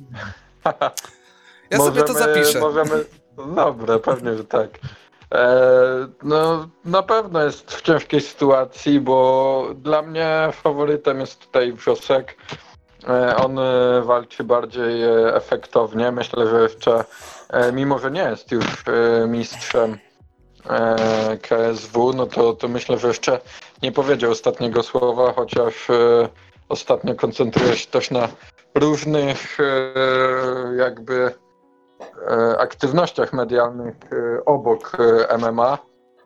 Ja sobie to zapiszę. Dobra, pewnie, że tak. No na pewno jest w ciężkiej sytuacji, bo dla mnie faworytem jest tutaj Wrzosek. On walczy bardziej efektownie. Myślę, że jeszcze, mimo że nie jest już mistrzem KSW, no to myślę, że jeszcze nie powiedział ostatniego słowa, chociaż ostatnio koncentruje się też na różnych jakby aktywnościach medialnych obok MMA.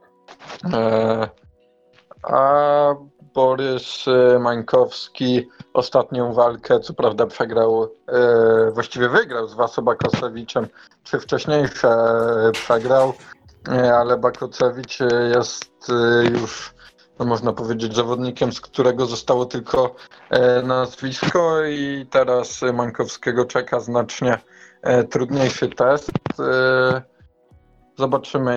A Borys Mańkowski ostatnią walkę, co prawda przegrał, właściwie wygrał z Waso Bakosewiczem, czy wcześniejsze przegrał, ale Bakocewicz jest już, no można powiedzieć, zawodnikiem, z którego zostało tylko nazwisko i teraz Mańkowskiego czeka znacznie trudniejszy test. Zobaczymy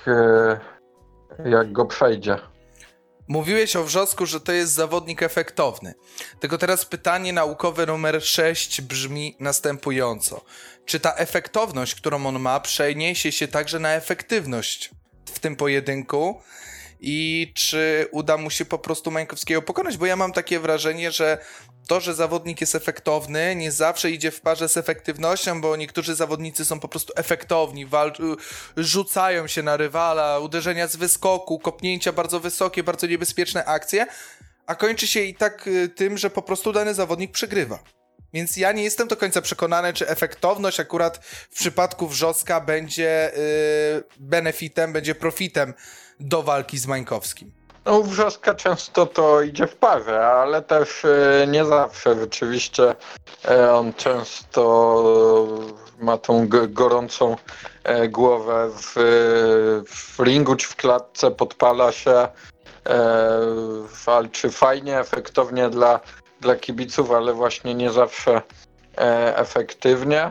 jak go przejdzie. Mówiłeś o Wrzosku, że to jest zawodnik efektowny. Tylko teraz pytanie naukowe numer 6 brzmi następująco. Czy ta efektowność, którą on ma, przeniesie się także na efektywność w tym pojedynku? I czy uda mu się po prostu Mańkowskiego pokonać? Bo ja mam takie wrażenie, że to, że zawodnik jest efektowny, nie zawsze idzie w parze z efektywnością, bo niektórzy zawodnicy są po prostu efektowni, rzucają się na rywala, uderzenia z wyskoku, kopnięcia bardzo wysokie, bardzo niebezpieczne akcje, a kończy się i tak tym, że po prostu dany zawodnik przegrywa. Więc ja nie jestem do końca przekonany, czy efektowność akurat w przypadku Wrzoska będzie benefitem, będzie profitem do walki z Mańkowskim. No u Wrzoska często to idzie w parze, ale też nie zawsze. Rzeczywiście on często ma tą gorącą głowę w ringu czy w klatce, podpala się, walczy fajnie, efektownie dla kibiców, ale właśnie nie zawsze efektywnie.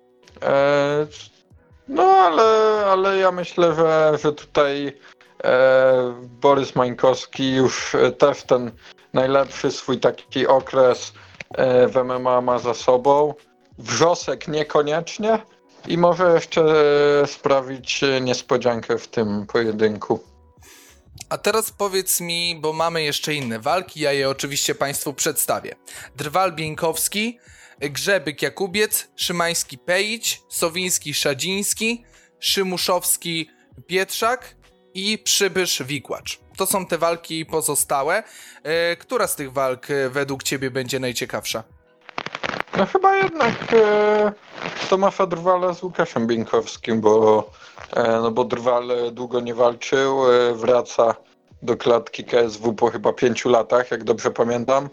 No ale ja myślę, że tutaj Borys Mańkowski już też ten najlepszy swój taki okres w MMA ma za sobą. Wrzosek niekoniecznie i może jeszcze sprawić niespodziankę w tym pojedynku. A teraz powiedz mi, bo mamy jeszcze inne walki, ja je oczywiście Państwu przedstawię. Drwal-Bieńkowski, Grzebyk-Jakubiec, Szymański-Pejić, Sowiński-Szadziński, Szymuszowski-Pietrzak i Przybysz-Wikłacz. To są te walki pozostałe. Która z tych walk według Ciebie będzie najciekawsza? No chyba jednak Tomasza Drwala z Łukaszem Bieńkowskim, bo Drwal długo nie walczył, wraca do klatki KSW po chyba 5 latach, jak dobrze pamiętam.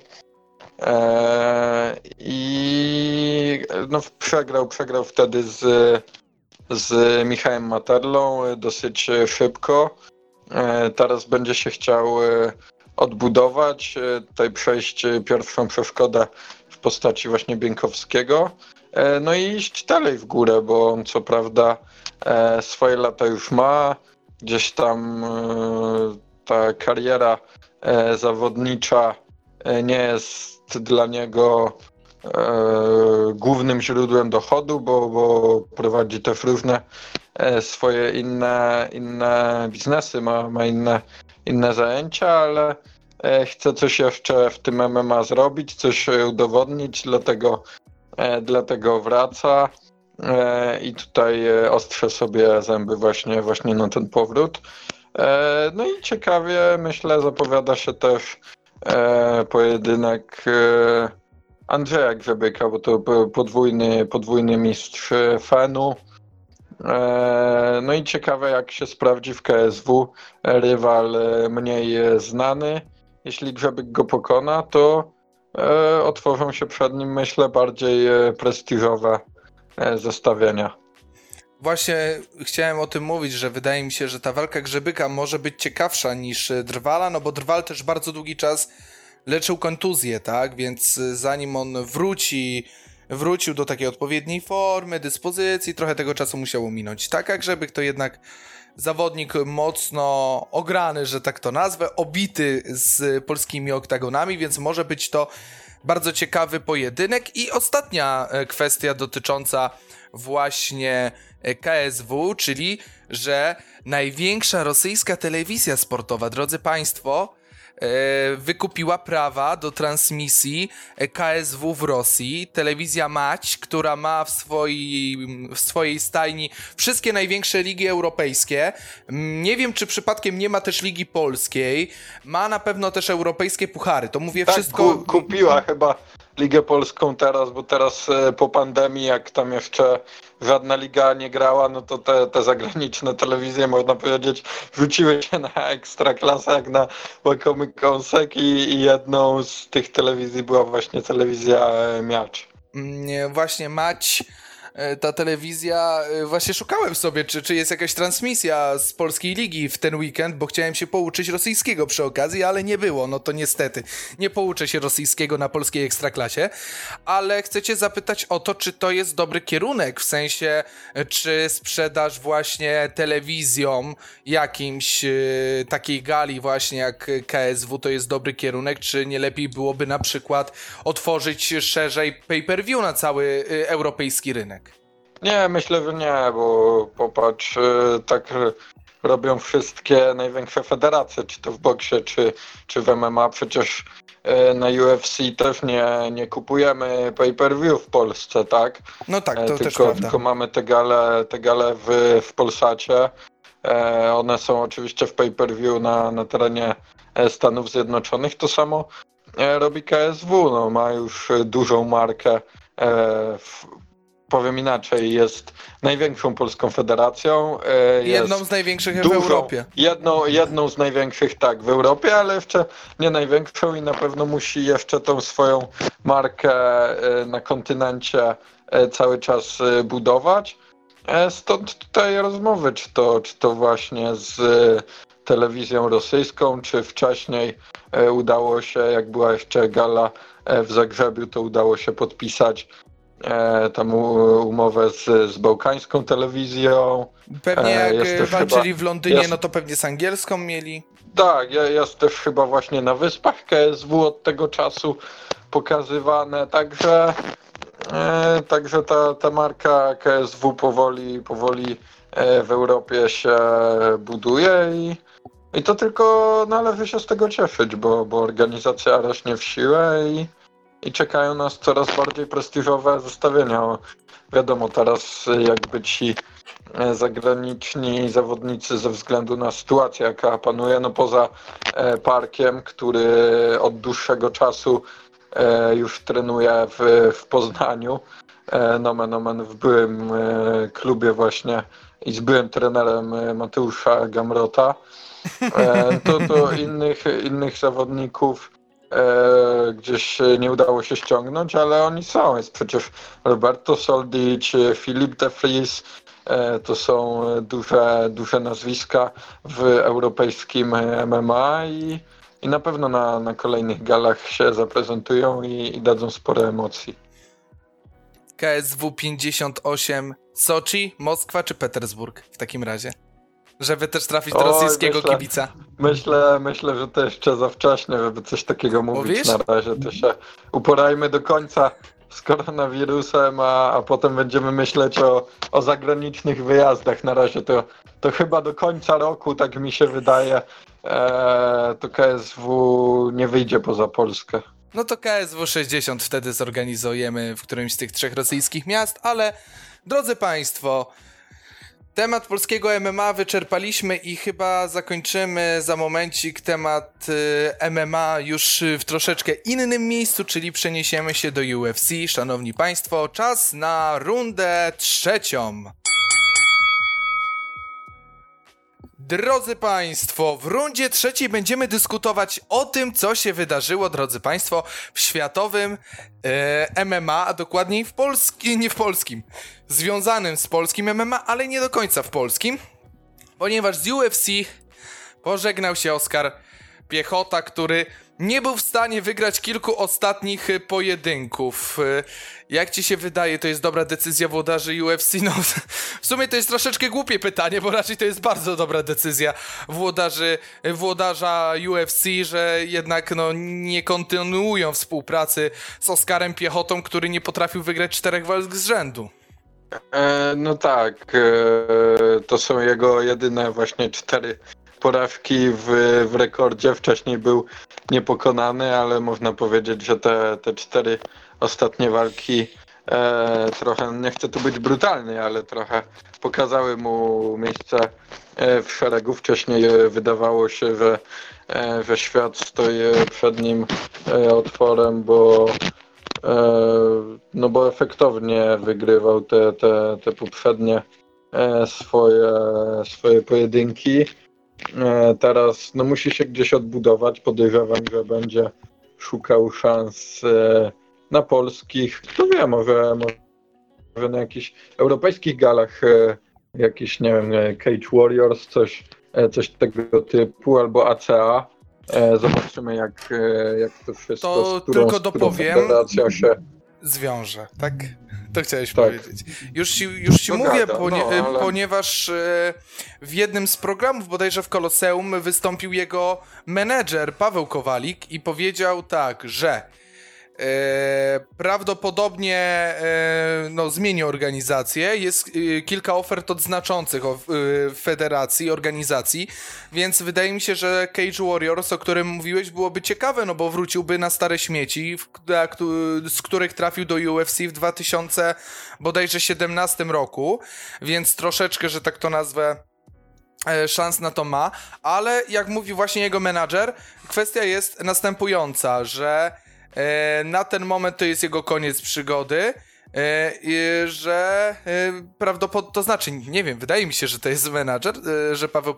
I no, przegrał wtedy z Michałem Materlą dosyć szybko. Teraz będzie się chciał odbudować, tutaj przejść pierwszą przeszkodę w postaci właśnie Bieńkowskiego, no i iść dalej w górę, bo on co prawda swoje lata już ma, gdzieś tam ta kariera zawodnicza nie jest dla niego głównym źródłem dochodu, bo prowadzi też różne swoje inne biznesy, ma inne zajęcia, ale chce coś jeszcze w tym MMA zrobić, coś udowodnić, dlatego wraca i tutaj ostrze sobie zęby właśnie na ten powrót. No i ciekawie, myślę, zapowiada się też pojedynek Andrzeja Grzebyka, bo to był podwójny mistrz FEN-u. No i ciekawe, jak się sprawdzi w KSW rywal mniej znany. Jeśli Grzebyk go pokona, to otworzą się przed nim, myślę, bardziej prestiżowe zestawienia. Właśnie chciałem o tym mówić, że wydaje mi się, że ta walka Grzebyka może być ciekawsza niż Drwala, no bo Drwal też bardzo długi czas leczył kontuzję, tak? Więc zanim on wrócił do takiej odpowiedniej formy, dyspozycji, trochę tego czasu musiało minąć. Tak, a Grzebyk to jednak zawodnik mocno ograny, że tak to nazwę, obity z polskimi oktagonami, więc może być to bardzo ciekawy pojedynek. I ostatnia kwestia dotycząca właśnie KSW, czyli że największa rosyjska telewizja sportowa, drodzy Państwo, wykupiła prawa do transmisji KSW w Rosji. Telewizja Mać, która ma w swojej stajni wszystkie największe ligi europejskie. Nie wiem, czy przypadkiem nie ma też Ligi Polskiej. Ma na pewno też europejskie puchary. To mówię tak, wszystko... Kupiła chyba Ligę Polską teraz, bo teraz po pandemii, jak tam jeszcze żadna liga nie grała, no to te zagraniczne telewizje, można powiedzieć, rzuciły się na Ekstraklasę jak na łakomy kąsek i jedną z tych telewizji była właśnie telewizja Miacz. Właśnie Mać, ta telewizja, właśnie szukałem sobie, czy jest jakaś transmisja z polskiej ligi w ten weekend, bo chciałem się pouczyć rosyjskiego przy okazji, ale nie było, no to niestety nie pouczę się rosyjskiego na polskiej ekstraklasie, ale chcę cię zapytać o to, czy to jest dobry kierunek, w sensie, czy sprzedaż właśnie telewizjom jakimś takiej gali właśnie jak KSW to jest dobry kierunek, czy nie lepiej byłoby na przykład otworzyć szerzej pay-per-view na cały europejski rynek? Nie, myślę, że nie, bo popatrz, tak robią wszystkie największe federacje, czy to w boksie, czy w MMA. Przecież na UFC też nie kupujemy pay-per-view w Polsce, tak? No tak, to też prawda. Tylko mamy te gale w Polsacie. One są oczywiście w pay-per-view na terenie Stanów Zjednoczonych. To samo robi KSW, no, ma już dużą markę powiem inaczej, jest największą polską federacją. Jedną z największych w Europie. Jedną z największych, tak, w Europie, ale jeszcze nie największą i na pewno musi jeszcze tą swoją markę na kontynencie cały czas budować. Stąd tutaj rozmowy, czy to właśnie z telewizją rosyjską, czy wcześniej udało się, jak była jeszcze gala w Zagrzebiu, to udało się podpisać tam umowę z bałkańską telewizją. Pewnie jak walczyli w Londynie, no to pewnie z angielską mieli. Tak, jest też chyba właśnie na Wyspach KSW od tego czasu pokazywane, także ta marka KSW powoli w Europie się buduje i to tylko należy się z tego cieszyć, bo organizacja rośnie w siłę i czekają nas coraz bardziej prestiżowe zestawienia. Wiadomo, teraz jakby ci zagraniczni zawodnicy ze względu na sytuację, jaka panuje, no poza Parkiem, który od dłuższego czasu już trenuje w Poznaniu, nomen omen w byłym klubie właśnie i z byłym trenerem Mateusza Gamrota, to innych zawodników gdzieś nie udało się ściągnąć, ale oni są. Jest przecież Roberto Soldic, Filip de Vries, to są duże nazwiska w europejskim MMA i na pewno na kolejnych galach się zaprezentują i dadzą sporo emocji. KSW 58 Soczi, Moskwa czy Petersburg w takim razie? Żeby też trafić do rosyjskiego kibica. Myślę, że to jeszcze za wcześnie, żeby coś takiego mówić. Mówisz? Na razie to się uporajmy do końca z koronawirusem, a potem będziemy myśleć o zagranicznych wyjazdach. Na razie to chyba do końca roku, tak mi się wydaje, to KSW nie wyjdzie poza Polskę. No to KSW 60 wtedy zorganizujemy w którymś z tych 3 rosyjskich miast, ale drodzy Państwo, Temat polskiego MMA wyczerpaliśmy i chyba zakończymy za momencik temat MMA już w troszeczkę innym miejscu, czyli przeniesiemy się do UFC. Szanowni Państwo, czas na rundę trzecią. Drodzy Państwo, w rundzie trzeciej będziemy dyskutować o tym, co się wydarzyło, drodzy Państwo, w światowym MMA, a dokładniej związanym z polskim MMA, ale nie do końca w polskim, ponieważ z UFC pożegnał się Oskar Piechota, który nie był w stanie wygrać kilku ostatnich pojedynków. Jak ci się wydaje, to jest dobra decyzja włodarzy UFC? No, w sumie to jest troszeczkę głupie pytanie, bo raczej to jest bardzo dobra decyzja włodarza UFC, że jednak nie kontynuują współpracy z Oskarem Piechotą, który nie potrafił wygrać 4 walk z rzędu. No tak, to są jego jedyne właśnie 4 porażki w rekordzie. Wcześniej był niepokonany, ale można powiedzieć, że te 4 ostatnie walki trochę, nie chcę tu być brutalny, ale trochę pokazały mu miejsce w szeregu. Wcześniej wydawało się, że świat stoi przed nim otworem, bo efektownie wygrywał te poprzednie swoje pojedynki. Teraz musi się gdzieś odbudować. Podejrzewam, że będzie szukał szans na polskich. Kto wie, może na jakichś europejskich galach, jakiś, nie wiem, Cage Warriors, coś tego typu, albo ACA. Zobaczymy, jak to wszystko, to tylko dopowiem, się zwiąże, tak? To chciałeś powiedzieć. Już ci mówię, ponieważ w jednym z programów, bodajże w Koloseum, wystąpił jego menedżer Paweł Kowalik i powiedział tak, że prawdopodobnie zmieni organizację. Jest kilka ofert od znaczących federacji, organizacji, więc wydaje mi się, że Cage Warriors, o którym mówiłeś, byłoby ciekawe, bo wróciłby na stare śmieci, z których trafił do UFC w 2017 roku, więc troszeczkę, że tak to nazwę, szans na to ma, ale jak mówi właśnie jego menadżer, kwestia jest następująca, że na ten moment to jest jego koniec przygody, że prawdopodobnie, to znaczy, nie wiem, wydaje mi się, że to jest menadżer, że Paweł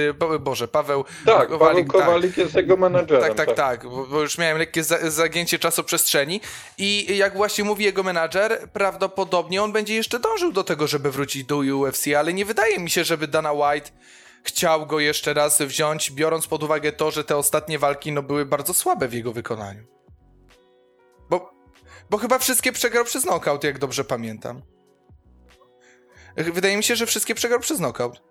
Kowalik jest jego menadżerem. Tak, bo już miałem lekkie zagięcie czasoprzestrzeni i jak właśnie mówi jego menadżer, prawdopodobnie on będzie jeszcze dążył do tego, żeby wrócić do UFC, ale nie wydaje mi się, żeby Dana White chciał go jeszcze raz wziąć, biorąc pod uwagę to, że te ostatnie walki były bardzo słabe w jego wykonaniu. Bo chyba wszystkie przegrał przez knockout, jak dobrze pamiętam. Wydaje mi się, że wszystkie przegrał przez knockout.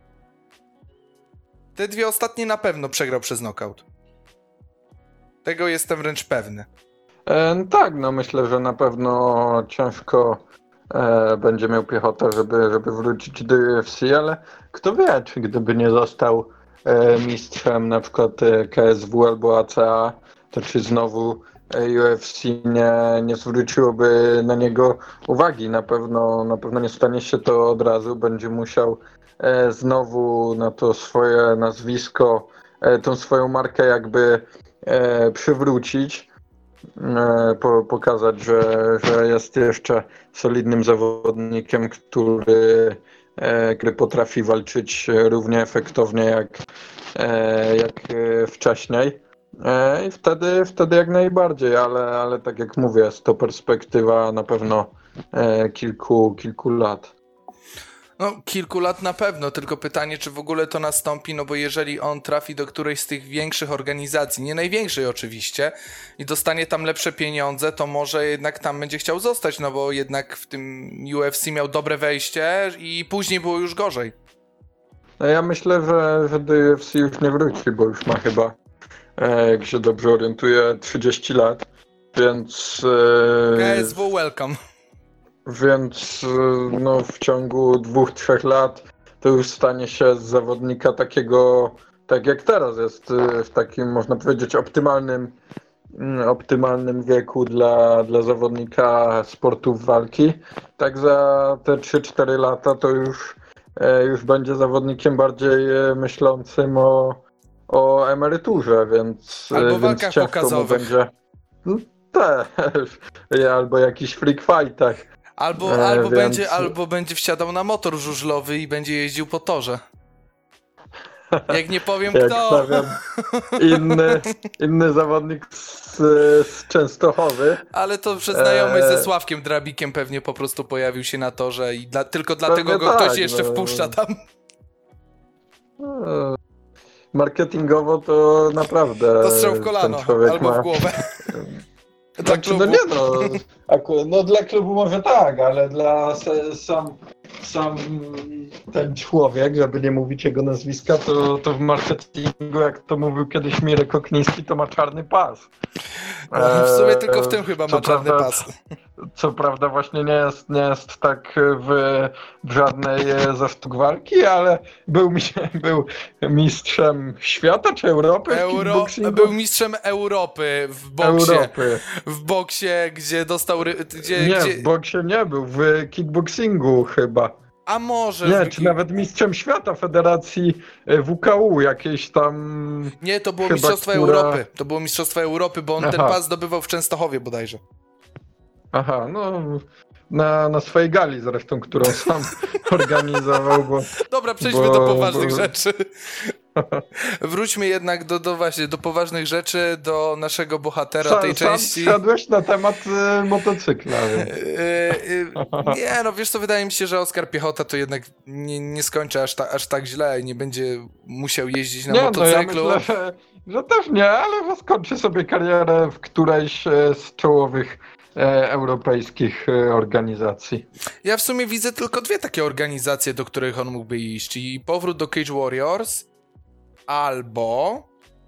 Te 2 ostatnie na pewno przegrał przez knockout. Tego jestem wręcz pewny. Tak, myślę, że na pewno ciężko będzie miał piechotę, żeby wrócić do UFC, ale kto wie, czy gdyby nie został mistrzem na przykład KSW albo ACA, to czy znowu UFC nie zwróciłoby na niego uwagi. Na pewno nie stanie się to od razu. Będzie musiał znowu na to swoje nazwisko, tą swoją markę jakby przywrócić, pokazać, że jest jeszcze solidnym zawodnikiem, który potrafi walczyć równie efektownie jak wcześniej. I wtedy jak najbardziej, ale tak jak mówię, jest to perspektywa na pewno kilku lat. Kilku lat na pewno, tylko pytanie, czy w ogóle to nastąpi, bo jeżeli on trafi do którejś z tych większych organizacji, nie największej oczywiście, i dostanie tam lepsze pieniądze, to może jednak tam będzie chciał zostać, bo jednak w tym UFC miał dobre wejście i później było już gorzej. Ja myślę, że do UFC już nie wróci, bo już ma chyba, jak się dobrze orientuję, 30 lat, więc... KSW welcome. Więc w ciągu 2-3 lat to już stanie się z zawodnika takiego, tak jak teraz jest, w takim, można powiedzieć, optymalnym wieku dla zawodnika sportów walki. Tak za te 3-4 lata to już już będzie zawodnikiem bardziej myślącym o emeryturze, więc, Albo więc walkach ciężko pokazowych. mu będzie. No, też. Albo jakichś freak fightach. Albo będzie wsiadał na motor żużlowy i będzie jeździł po torze. Jak nie powiem Jak kto. stawiam inny zawodnik z Częstochowy. Ale to przez znajomość ze Sławkiem Drabikiem pewnie po prostu pojawił się na torze i tylko dlatego go ktoś jeszcze wpuszcza tam. Marketingowo to naprawdę. To strzał w kolano albo w głowę. Dla klubu. No dla klubu może tak, ale dla sam ten człowiek, żeby nie mówić jego nazwiska, to w marketingu, jak to mówił kiedyś Mirek Okniński, to ma czarny pas. W sumie tylko w tym chyba ma czarny pas. Co prawda właśnie nie jest tak w żadnej ze sztuk walki, ale był mistrzem świata czy Europy w kickboxingu? Był mistrzem Europy w boksie. W boksie, gdzie dostał... w boksie nie był, w kickboxingu chyba. A może... Nie, czy nawet mistrzem świata Federacji WKU jakiejś tam... Nie, to było Mistrzostwo Europy. To było Mistrzostwo Europy, bo on ten pas zdobywał w Częstochowie bodajże. Aha, no na swojej gali zresztą, którą sam organizował, bo... Dobra, przejdźmy do poważnych rzeczy. Wróćmy jednak do poważnych rzeczy, do naszego bohatera tej części. Sam szedłeś na temat motocykla. Nie, no wiesz co, wydaje mi się, że Oskar Piechota to jednak nie skończy aż tak źle i nie będzie musiał jeździć na motocyklu. No ja myślę, że też nie, ale skończy sobie karierę w którejś z czołowych europejskich organizacji. Ja w sumie widzę tylko dwie takie organizacje, do których on mógłby iść, czyli powrót do Cage Warriors albo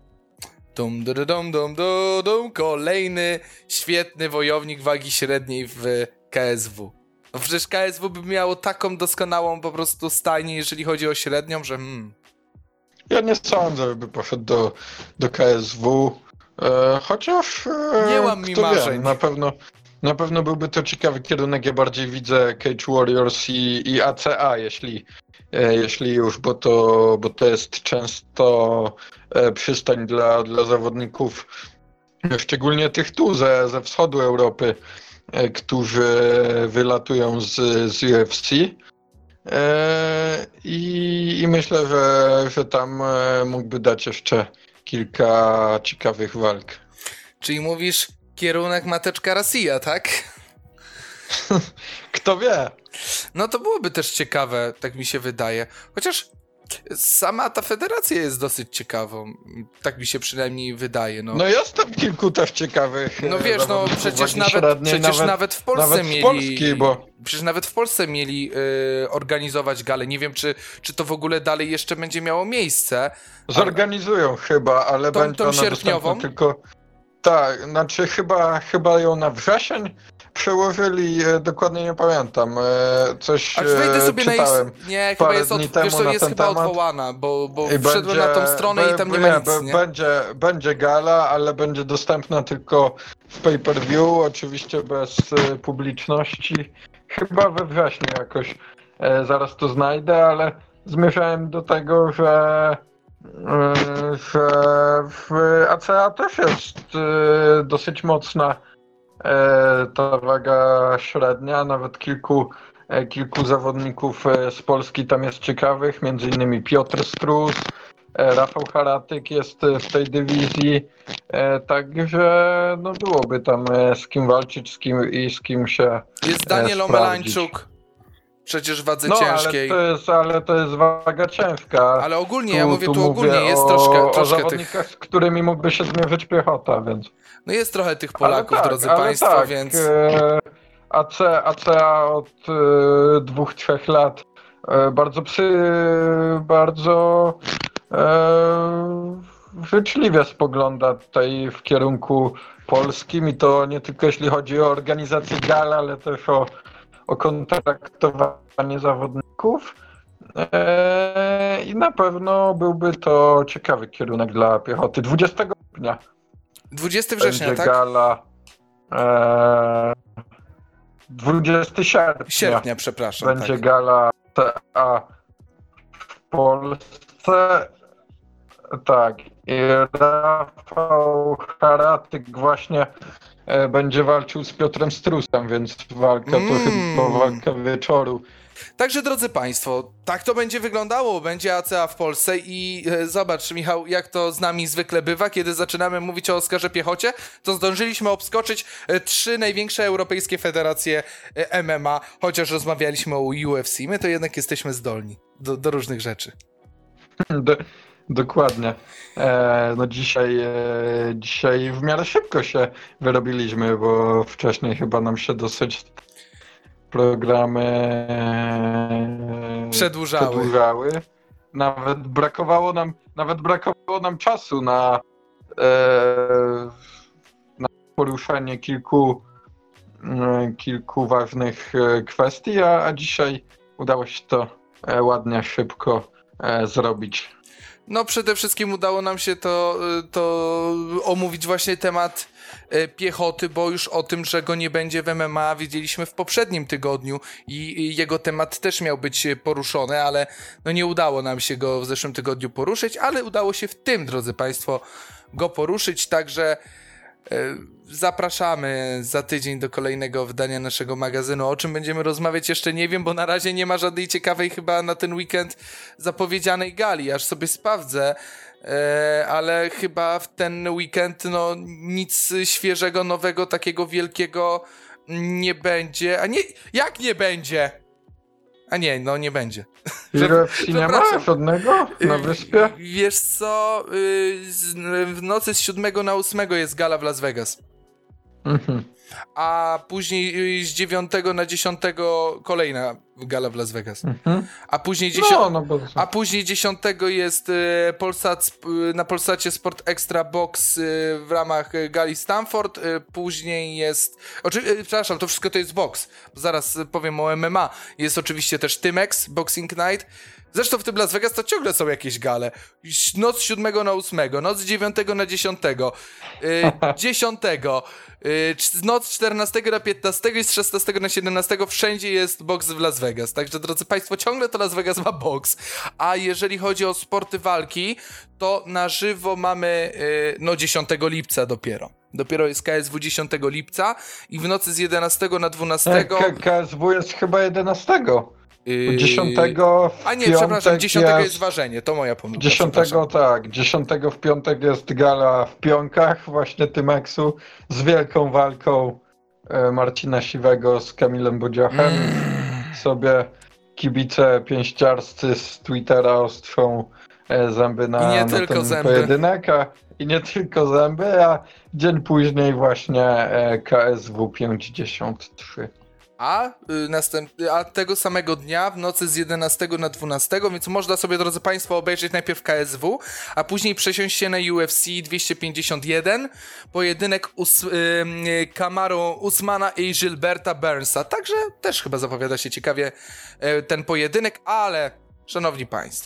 kolejny świetny wojownik wagi średniej w KSW. No przecież KSW by miało taką doskonałą po prostu stajnię, jeżeli chodzi o średnią, że Ja nie sądzę, żeby poszedł do KSW, chociaż nie mam mi marzeń. Na pewno byłby to ciekawy kierunek. Ja bardziej widzę Cage Warriors i ACA, jeśli już, bo to jest często przystań dla zawodników, szczególnie tych tu ze wschodu Europy, którzy wylatują z UFC. I myślę, że tam mógłby dać jeszcze kilka ciekawych walk. Czyli mówisz kierunek Mateczka Rosja, tak? Kto wie? No to byłoby też ciekawe, tak mi się wydaje. Chociaż sama ta federacja jest dosyć ciekawą. Tak mi się przynajmniej wydaje. No jest tam kilku też ciekawych. No wiesz, no przecież nawet w Polsce mieli... Polski, Przecież nawet w Polsce mieli organizować galę. Nie wiem, czy to w ogóle dalej jeszcze będzie miało miejsce. Zorganizują chyba, ale będzie ona sierpniową tylko... Tak, znaczy chyba ją na wrzesień przełożyli, dokładnie nie pamiętam, coś aż wejdę sobie czytałem nie, chyba jest, jest chyba odwołana, bo wszedłem na tą stronę i tam nie ma nic, nie? Będzie gala, ale będzie dostępna tylko w pay-per-view, oczywiście bez publiczności. Chyba we wrześniu jakoś, zaraz to znajdę, ale zmierzałem do tego, że w ACA też jest dosyć mocna ta waga średnia, nawet kilku zawodników z Polski tam jest ciekawych, między innymi Piotr Strus, Rafał Haratyk jest w tej dywizji, także no byłoby tam z kim walczyć, z kim się jest Daniel Omelańczuk. Przecież w wadze ciężkiej. Ale to jest waga ciężka. Ale ogólnie, ja mówię tu ogólnie, jest troszkę zawodnikach, z którymi mógłby się zmierzyć Piechota, więc... No jest trochę tych Polaków, drodzy państwo, więc... ACA od 2-3 lat bardzo życzliwie spogląda tutaj w kierunku polskim i to nie tylko jeśli chodzi o organizację gal, ale też o kontraktowanie zawodników i na pewno byłby to ciekawy kierunek dla Piechoty. 20 grudnia 20 września, będzie tak? Gala 20 sierpnia. Przepraszam. Będzie gala TA Polsce. Tak, i Rafał Haratyk właśnie będzie walczył z Piotrem Strusem, więc walka to chyba walka wieczoru. Także drodzy Państwo, tak to będzie wyglądało, będzie ACA w Polsce i zobacz Michał, jak to z nami zwykle bywa, kiedy zaczynamy mówić o Oskarze Piechocie, to zdążyliśmy obskoczyć 3 największe europejskie federacje MMA, chociaż rozmawialiśmy o UFC, my to jednak jesteśmy zdolni do różnych rzeczy. Dokładnie. No dzisiaj w miarę szybko się wyrobiliśmy, bo wcześniej chyba nam się dosyć programy przedłużały. Nawet brakowało nam czasu na poruszenie kilku ważnych kwestii, a dzisiaj udało się to ładnie, szybko zrobić. No przede wszystkim udało nam się to omówić właśnie temat Piechoty, bo już o tym, że go nie będzie w MMA wiedzieliśmy w poprzednim tygodniu i jego temat też miał być poruszony, ale no nie udało nam się go w zeszłym tygodniu poruszyć, ale udało się w tym, drodzy Państwo, go poruszyć, także zapraszamy za tydzień do kolejnego wydania naszego magazynu. O czym będziemy rozmawiać jeszcze nie wiem, bo na razie nie ma żadnej ciekawej chyba na ten weekend zapowiedzianej gali, aż sobie sprawdzę, ale chyba w ten weekend no nic świeżego, nowego, takiego wielkiego nie będzie. A nie, jak nie będzie? A nie, no nie będzie. UFC nie ma żadnego na wyspie? Wiesz co, w nocy z 7 na 8 jest gala w Las Vegas. A później z 9 na 10 kolejna gala w Las Vegas. A później 10 jest na Polsacie Sport Extra Box w ramach gali Stanford. Później jest... Przepraszam, to wszystko to jest box. Zaraz powiem o MMA. Jest oczywiście też Tymex, Boxing Night. Zresztą w tym Las Vegas to ciągle są jakieś gale. Noc z 7 na 8, noc z 9 na 10, 10, noc z 14 na 15 i z 16 na 17 wszędzie jest boks w Las Vegas. Także drodzy Państwo, ciągle to Las Vegas ma boks. A jeżeli chodzi o sporty walki, to na żywo mamy 10 lipca dopiero. Dopiero jest KSW 10 lipca i w nocy z 11 na 12... KSW jest chyba 11. 10 a nie, przepraszam, 10 jest ważenie, to moja pomyłka. 10 tak, 10 w piątek jest gala w Pionkach, właśnie Tymeksu, z wielką walką Marcina Siwego z Kamilem Bodziachem. Sobie kibice pięściarscy z Twittera ostrzą zęby na ten pojedynek, i nie tylko zęby, a dzień później właśnie KSW 53. A tego samego dnia w nocy z 11 na 12, więc można sobie, drodzy Państwo, obejrzeć najpierw KSW, a później przesiąść się na UFC 251, pojedynek Kamaru Usmana i Gilberta Burnsa. Także też chyba zapowiada się ciekawie ten pojedynek, ale szanowni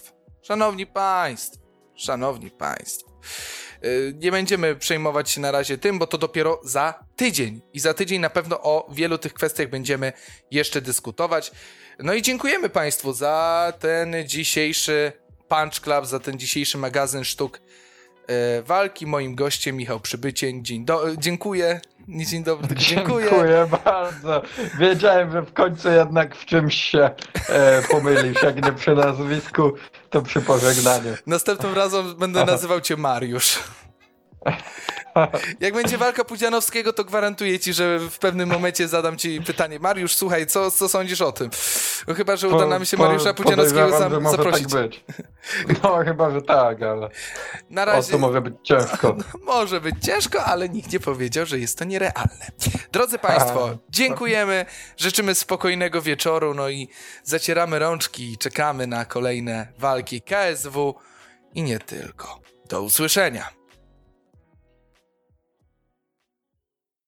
Państwo, nie będziemy przejmować się na razie tym, bo to dopiero za tydzień. I za tydzień na pewno o wielu tych kwestiach będziemy jeszcze dyskutować. No i dziękujemy Państwu za ten dzisiejszy Punch Club, za ten dzisiejszy magazyn sztuk walki. Moim gościem Michał Przybycień. Dziękuję. Nie dzień dobry, tylko dziękuję. Dziękuję bardzo. Wiedziałem, że w końcu jednak w czymś się pomylisz. Jak nie przy nazwisku, to przy pożegnaniu. Następnym razem będę nazywał cię Mariusz. Jak będzie walka Pudzianowskiego, to gwarantuję ci, że w pewnym momencie zadam ci pytanie. Mariusz, słuchaj, co sądzisz o tym? No, chyba, że uda nam się Mariusza Pudzianowskiego zaprosić. Tak być. No chyba, że tak, ale na razie... to może być ciężko. Może być ciężko, ale nikt nie powiedział, że jest to nierealne. Drodzy Państwo, dziękujemy, życzymy spokojnego wieczoru, no i zacieramy rączki i czekamy na kolejne walki KSW i nie tylko. Do usłyszenia.